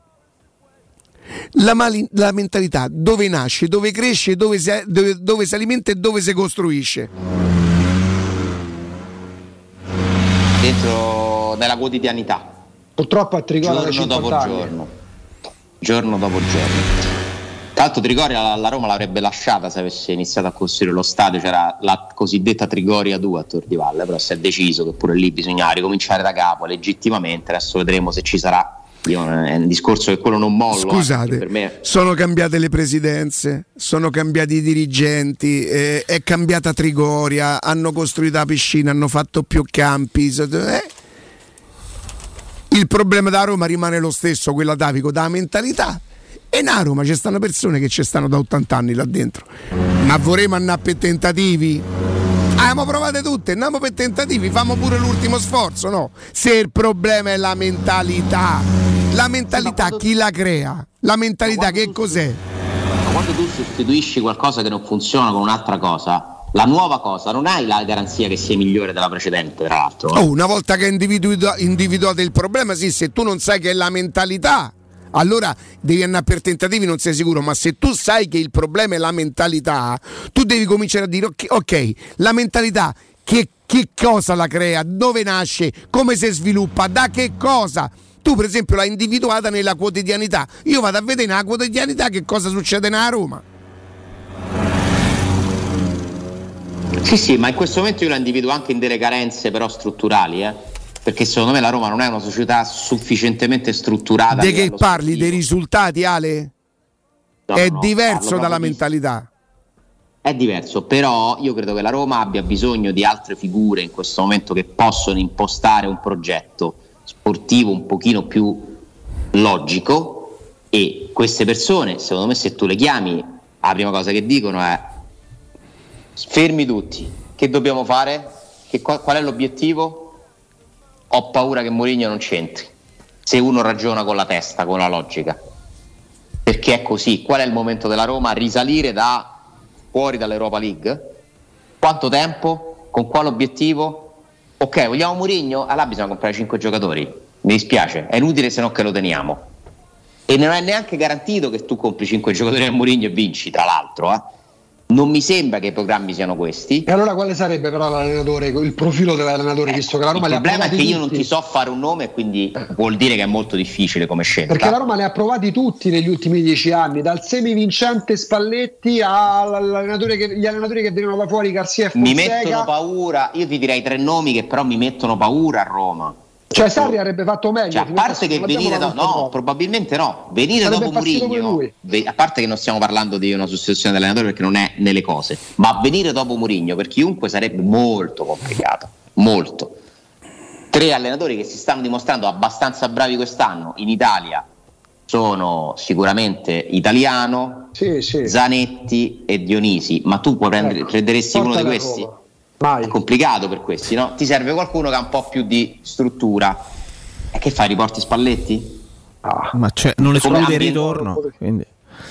la, mali- la mentalità dove nasce, dove cresce, dove si, dove, dove si alimenta e dove si costruisce? Dentro nella quotidianità. Purtroppo a Trigoria giorno dopo giorno, giorno dopo giorno. Tra l'altro Trigoria la, la Roma l'avrebbe lasciata se avesse iniziato a costruire lo stadio, c'era la cosiddetta Trigoria due a Tor di Valle, però si è deciso che pure lì bisognava ricominciare da capo legittimamente. Adesso vedremo se ci sarà. Io, è un discorso che quello non mollo. Scusate, eh, per me... sono cambiate le presidenze, sono cambiati i dirigenti, eh, è cambiata Trigoria, hanno costruito la piscina, hanno fatto più campi. Eh? Il problema da Roma rimane lo stesso, quella Davico, da mentalità. E in Roma ci stanno persone che ci stanno da ottanta anni là dentro. Ma vorremmo andare per tentativi? Abbiamo provate tutte, andiamo per tentativi, famo pure l'ultimo sforzo, no? Se il problema è la mentalità, la mentalità quando... chi la crea? La mentalità che cos'è? Ma quando tu sostituisci qualcosa che non funziona con un'altra cosa, la nuova cosa non hai la garanzia che sia migliore della precedente, tra l'altro. Oh, una volta che hai individu- individuato il problema, sì, se tu non sai che è la mentalità, allora devi andare per tentativi, non sei sicuro, ma se tu sai che il problema è la mentalità, tu devi cominciare a dire ok, okay la mentalità che, che cosa la crea, dove nasce, come si sviluppa, da che cosa? Tu per esempio l'hai individuata nella quotidianità, io vado a vedere nella quotidianità che cosa succede nella Roma. Sì, sì, ma in questo momento io la individuo anche in delle carenze però strutturali, eh? Perché secondo me la Roma non è una società sufficientemente strutturata. De che parli? Sportivo. Dei risultati, Ale? No, è no, diverso dalla mentalità. È diverso, però io credo che la Roma abbia bisogno di altre figure in questo momento che possono impostare un progetto sportivo un pochino più logico, e queste persone, secondo me, se tu le chiami, la prima cosa che dicono è: fermi tutti, che dobbiamo fare? Che, qual è l'obiettivo? Ho paura che Mourinho non c'entri, se uno ragiona con la testa, con la logica, perché è così. Qual è il momento della Roma? Risalire da fuori dall'Europa League? Quanto tempo? Con quale obiettivo? Ok, vogliamo Mourinho? Allora bisogna comprare cinque giocatori, mi dispiace, è inutile se no che lo teniamo, e non è neanche garantito che tu compri cinque giocatori a Mourinho e vinci, tra l'altro, eh? Non mi sembra che i programmi siano questi. E allora quale sarebbe però l'allenatore, il profilo dell'allenatore, eh, visto che la Roma il li ha provati tutti? Il problema è che io non ti so fare un nome, quindi vuol dire che è molto difficile come scelta. Perché la Roma li ha provati tutti negli ultimi dieci anni, dal semivincente Spalletti all'allenatore che, gli allenatori che venivano da fuori, Garcia e Fonseca. Mi mettono paura, io ti direi tre nomi che però mi mettono paura a Roma. Cioè Sarri avrebbe fatto meglio, cioè, a parte che venire da, no, no, probabilmente no, venire sarebbe dopo Mourinho, a parte che non stiamo parlando di una sostituzione dell'allenatore perché non è nelle cose, ma venire dopo Mourinho per chiunque sarebbe molto complicato, molto. tre allenatori che si stanno dimostrando abbastanza bravi quest'anno in Italia sono sicuramente Italiano, sì, sì. Zanetti e Dionisi, ma tu puoi prendere, ecco, prenderesti uno di questi? Mai. È complicato per questi, no? Ti serve qualcuno che ha un po' più di struttura. E che fai, riporti Spalletti? Ah, ma c'è, non esclude il ritorno, quindi.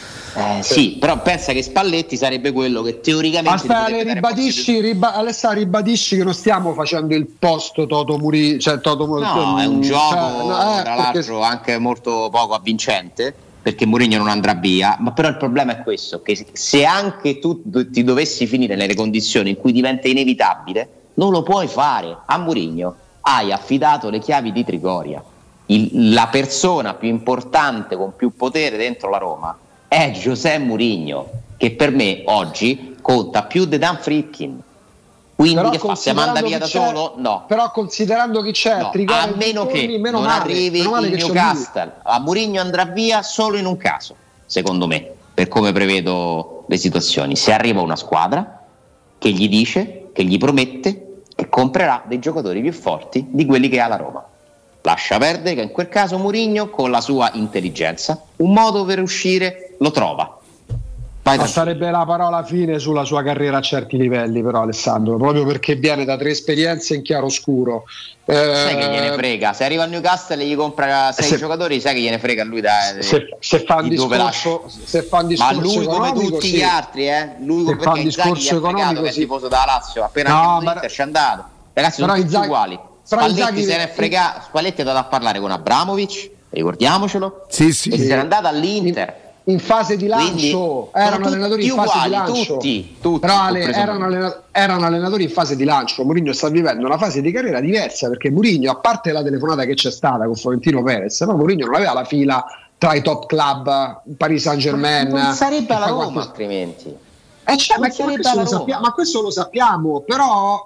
Eh, sì. sì, però pensa che Spalletti sarebbe quello che teoricamente. Aspetta, le ribadisci, riba- Alessà, ribadisci che non stiamo facendo il post Toto Muri, cioè Toto Muri. No, è un gioco, cioè, no, eh, tra l'altro, perché... anche molto poco avvincente, perché Mourinho non andrà via. Ma però il problema è questo: che se anche tu ti dovessi finire nelle condizioni in cui diventa inevitabile, non lo puoi fare. A Mourinho hai affidato le chiavi di Trigoria, il, la persona più importante con più potere dentro la Roma è José Mourinho, che per me oggi conta più di Dan Friedkin. Quindi però che fa? Se manda via da solo? No. Però considerando chi c'è, no, a meno che turni, meno non male, arrivi in Newcastle, a Mourinho andrà via solo in un caso, secondo me, per come prevedo le situazioni. Se arriva una squadra che gli dice, che gli promette che comprerà dei giocatori più forti di quelli che ha la Roma. Lascia perdere che in quel caso Mourinho, con la sua intelligenza, un modo per uscire lo trova. Vai, ma sarebbe la parola fine sulla sua carriera a certi livelli, però, Alessandro, proprio perché viene da tre esperienze in chiaroscuro. Eh, sai che gliene frega? Se arriva a Newcastle e gli compra sei se, giocatori, sai che gliene frega a lui da, se, se fa un discorso, se fa un discorso, ma lui come tutti sì. gli altri, eh? Lui se fa un discorso economico, che è tifoso da Lazio, appena no, ma... ci è andato. Ragazzi, sono tutti Inzaghi... uguali. Spalletti Inzaghi... se ne è fregato. Spalletti è andato a parlare con Abramovic, ricordiamocelo. Sì, sì. E si era andato all'Inter. In fase di lancio. Quindi, erano allenatori in fase uguali, di lancio. Tutti, tutti, però ale, erano, allena- erano allenatori in fase di lancio. Mourinho sta vivendo una fase di carriera diversa, perché Mourinho, a parte la telefonata che c'è stata con Florentino Perez, però Mourinho non aveva la fila tra i top club, Paris Saint-Germain. Ma non sarebbe alla Roma, qualche... altrimenti. Eh, cioè, ma, ma, questo lo sappiamo, ma questo lo sappiamo, però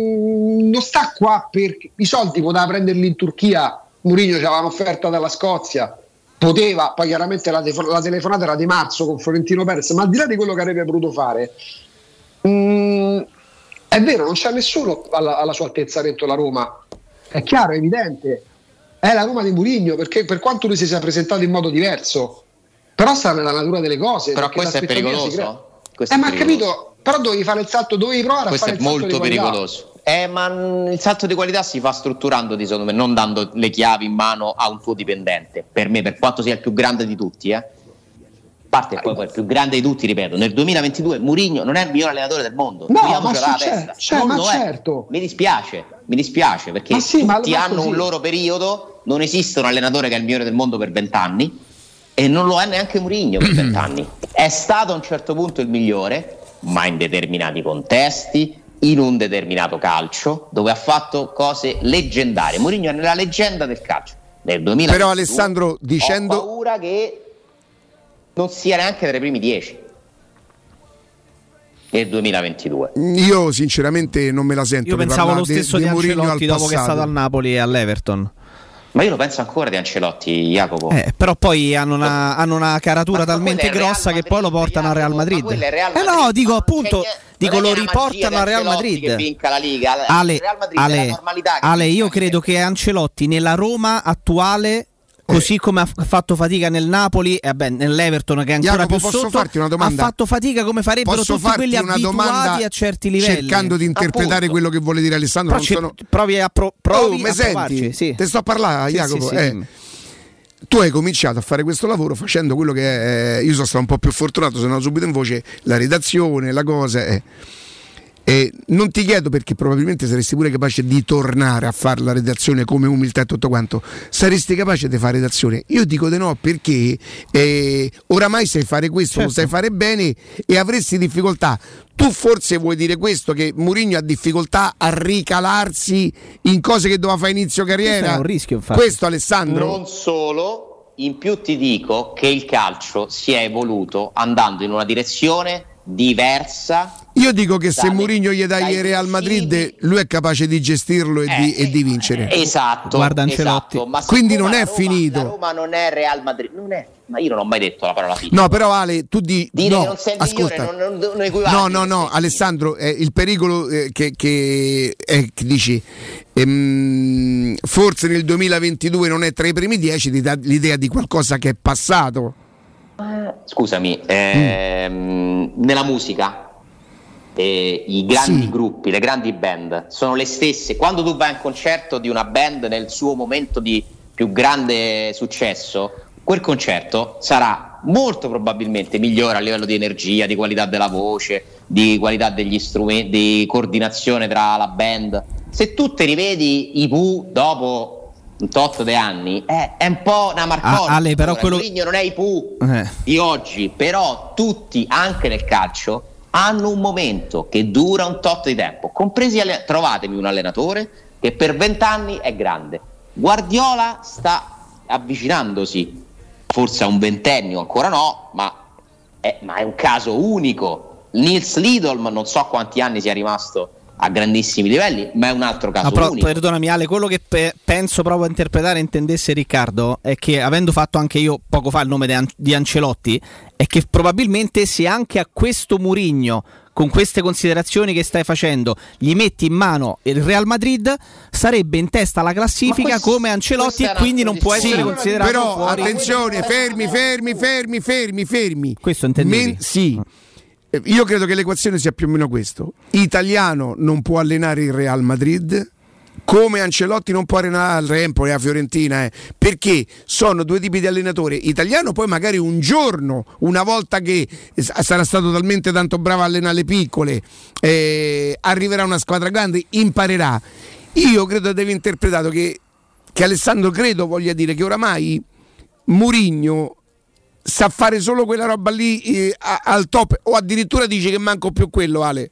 mh, non sta qua perché i soldi poteva prenderli in Turchia. Mourinho ci aveva un'offerta dalla Scozia, poteva, poi chiaramente la, te- la telefonata era di marzo con Florentino Perez, ma al di là di quello che avrebbe voluto fare, mh, è vero, non c'è nessuno alla, alla sua altezza dentro la Roma, è chiaro, è evidente, è la Roma di Mourinho, perché per quanto lui si sia presentato in modo diverso, però sta nella natura delle cose. Però questo è pericoloso. Questo eh, ma ha capito, però dovevi fare il salto, dovevi provare questo a fare il salto. Questo è molto pericoloso. Eh, ma il salto di qualità si fa strutturandoti, secondo me, non dando le chiavi in mano a un tuo dipendente. Per me, per quanto sia il più grande di tutti, eh. A parte poi, poi il più grande di tutti, ripeto, nel duemilaventidue Mourinho non è il miglior allenatore del mondo. No, ma la testa. Cioè, non ma lo certo. È. Mi dispiace, mi dispiace perché sì, tutti hanno così. Un loro periodo, non esiste un allenatore che è il migliore del mondo per vent'anni e non lo è neanche Mourinho per vent'anni. È stato a un certo punto il migliore, ma in determinati contesti, in un determinato calcio, dove ha fatto cose leggendarie. Mourinho è nella leggenda del calcio. Nel duemilaventidue, però Alessandro, dicendo... ho paura che non sia neanche tra i primi dieci nel duemilaventidue. Io sinceramente non me la sento. Io pensavo lo stesso di, di Ancelotti dopo che è stato al Napoli e all'Everton. Ma io lo penso ancora di Ancelotti, Jacopo. Eh, però poi hanno una, hanno una caratura talmente grossa che poi lo portano al Real Madrid. Real Madrid. Eh no, dico appunto, dico lo riportano al Real Madrid. Che vinca la Liga. Ale, Real Madrid Ale, Ale io credo che Ancelotti nella Roma attuale, così come ha fatto fatica nel Napoli e beh, nell'Everton che è ancora Jacopo, più posso sotto, farti una domanda? Ha fatto fatica come farebbero posso tutti quelli abituati a certi livelli, cercando di interpretare appunto quello che vuole dire Alessandro. Non sono... provi a, pro- provi oh, a senti, sì. Te sto a parlare, sì, Jacopo. Sì, sì, eh. sì. Tu hai cominciato a fare questo lavoro facendo quello che è, io sono stato un po' più fortunato, sono andato subito in voce, la redazione, la cosa è. E non ti chiedo perché probabilmente saresti pure capace di tornare a fare la redazione come umiltà e tutto quanto, saresti capace di fare redazione. Io dico di no perché eh, oramai sai fare questo, certo. Lo sai fare bene e avresti difficoltà. Tu forse vuoi dire questo, che Mourinho ha difficoltà a ricalarsi in cose che doveva fare inizio carriera? Questo è un rischio, infatti. Questo, Alessandro? Non solo, in più ti dico che il calcio si è evoluto andando in una direzione diversa. Io dico che se dalle, Mourinho gli dai il Real Madrid, principi, lui è capace di gestirlo e, eh, di, e di vincere. Esatto. Guarda Ancelotti. Esatto, ma quindi non è Roma, finito. La Roma non è Real Madrid, non è. Ma io non ho mai detto la parola finita. No, però Ale, tu di dire no, che non sei il ascolta. migliore, non, non, non equivale. No, no, no, Alessandro, eh, il pericolo eh, che, che, eh, che dici ehm, forse nel duemilaventidue non è tra i primi dieci, ti dà l'idea di qualcosa che è passato. Scusami, ehm, mm. nella musica eh, i grandi sì. gruppi, le grandi band sono le stesse. Quando tu vai a un concerto di una band nel suo momento di più grande successo, quel concerto sarà molto probabilmente migliore a livello di energia, di qualità della voce, di qualità degli strumenti, di coordinazione tra la band. Se tu te rivedi i Pooh dopo un tot di anni eh, è un po' una marcona. Ah, Ale, però quello... Mourinho non è i Pooh eh. di oggi, però tutti anche nel calcio hanno un momento che dura un tot di tempo, compresi alle... trovatemi un allenatore che per vent'anni è grande. Guardiola sta avvicinandosi forse a un ventennio, ancora no, ma è, ma è un caso unico. Nils Lidolm non so quanti anni sia rimasto a grandissimi livelli, ma è un altro caso no, però, unico. Perdonami Ale, quello che pe- penso proprio a interpretare intendesse Riccardo è che, avendo fatto anche io poco fa il nome de An- di Ancelotti, è che probabilmente se anche a questo Mourinho, con queste considerazioni che stai facendo, gli metti in mano il Real Madrid, sarebbe in testa alla classifica questo, come Ancelotti e quindi non può essere sì, considerato però fuori. Attenzione, fermi, fermi, fermi, fermi, fermi. Questo intendevi? Men- sì. Io credo che l'equazione sia più o meno questo. Italiano non può allenare il Real Madrid, come Ancelotti non può allenare al Empoli, la Fiorentina, eh, perché sono due tipi di allenatori. Italiano poi magari un giorno, una volta che sarà stato talmente tanto bravo a allenare le piccole, eh, arriverà una squadra grande, imparerà. Io credo deve interpretato che, che Alessandro credo voglia dire che oramai Mourinho sa fare solo quella roba lì eh, a, al top, o addirittura dice che manco più quello, Ale?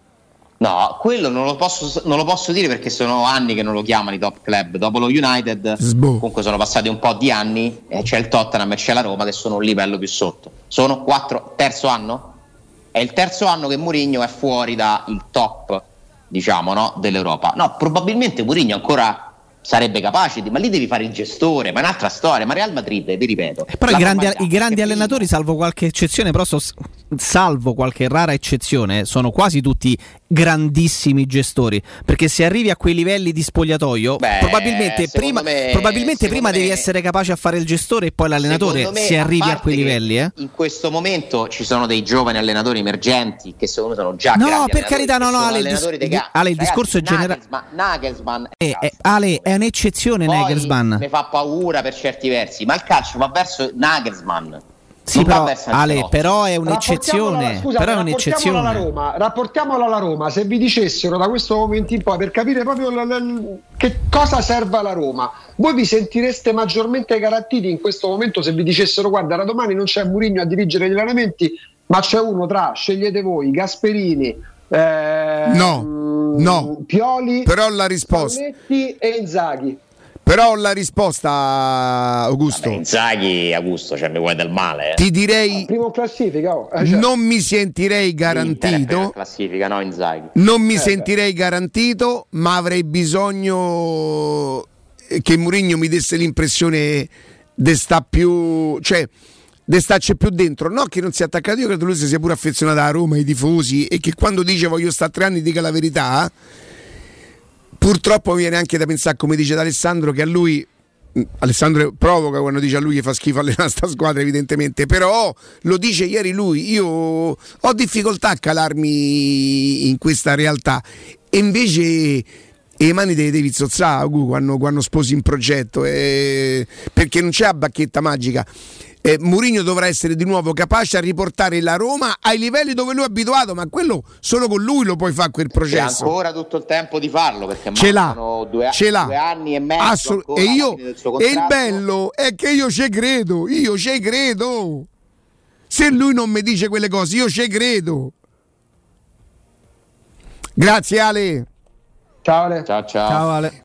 No, quello non lo posso, non lo posso dire perché sono anni che non lo chiamano i top club. Dopo lo United Sbo. comunque sono passati un po' di anni e c'è il Tottenham e c'è la Roma che sono un livello più sotto. Sono quattro, terzo anno? È il terzo anno che Mourinho è fuori dal top, diciamo, no, dell'Europa. No, probabilmente Mourinho ancora sarebbe capace di, ma lì devi fare il gestore, ma è un'altra storia. Ma Real Madrid, vi ripeto, eh, però i grandi, i grandi allenatori prima, salvo qualche eccezione, però so, salvo qualche rara eccezione, sono quasi tutti grandissimi gestori, perché se arrivi a quei livelli di spogliatoio beh, probabilmente prima, me, probabilmente prima me, devi essere capace a fare il gestore e poi l'allenatore, me, se arrivi a, a quei livelli eh. In questo momento ci sono dei giovani allenatori emergenti che secondo me sono già no per carità no no Ale, il, dis- di, Ale, il discorso è generale. Nagelsmann eh, eh, Ale è un'eccezione. Poi Nagelsmann mi fa paura per certi versi, ma il calcio va verso Nagelsmann. Sì, però, Ale, però è un'eccezione. Scusa, però è un'eccezione. Alla Roma, rapportiamola alla Roma. Se vi dicessero da questo momento in poi, per capire proprio l- l- che cosa serve alla Roma, voi vi sentireste maggiormente garantiti in questo momento se vi dicessero: guarda, da domani non c'è Mourinho a dirigere gli allenamenti, ma c'è uno tra, scegliete voi, Gasperini, eh, no, mh, no, Pioli, però la risposta Spalletti e Inzaghi. Però la risposta, Augusto. Vabbè, Inzaghi, Augusto, cioè mi vuoi del male. Eh? Ti direi. Primo classifica. Oh. Eh, cioè. Non mi sentirei garantito. Classifica, no, Inzaghi. Non mi eh, sentirei beh. garantito, ma avrei bisogno che Mourinho mi desse l'impressione di sta più. Cioè. De starci più dentro, no che non sia attaccato. Io credo lui sia pure affezionato a Roma, ai tifosi, e che quando dice voglio stare tre anni dica la verità. Purtroppo viene anche da pensare, come dice Alessandro, che a lui Alessandro provoca quando dice a lui che fa schifo allenare sta squadra, evidentemente, però lo dice ieri lui. Io ho difficoltà a calarmi in questa realtà, e invece e le mani te le devi zozzare quando, quando sposi un progetto, eh, perché non c'è la bacchetta magica. Eh, Mourinho dovrà essere di nuovo capace a riportare la Roma ai livelli dove lui è abituato, ma quello solo con lui lo puoi fare quel processo. C'è ancora tutto il tempo di farlo, perché ce l'ha, due, ce l'ha. due anni e mezzo Assolut- e io e il bello è che io ci credo, io ci credo. Se lui non mi dice quelle cose, io ci credo. Grazie Ale. Ciao Ale. Ciao ciao. Ciao Ale.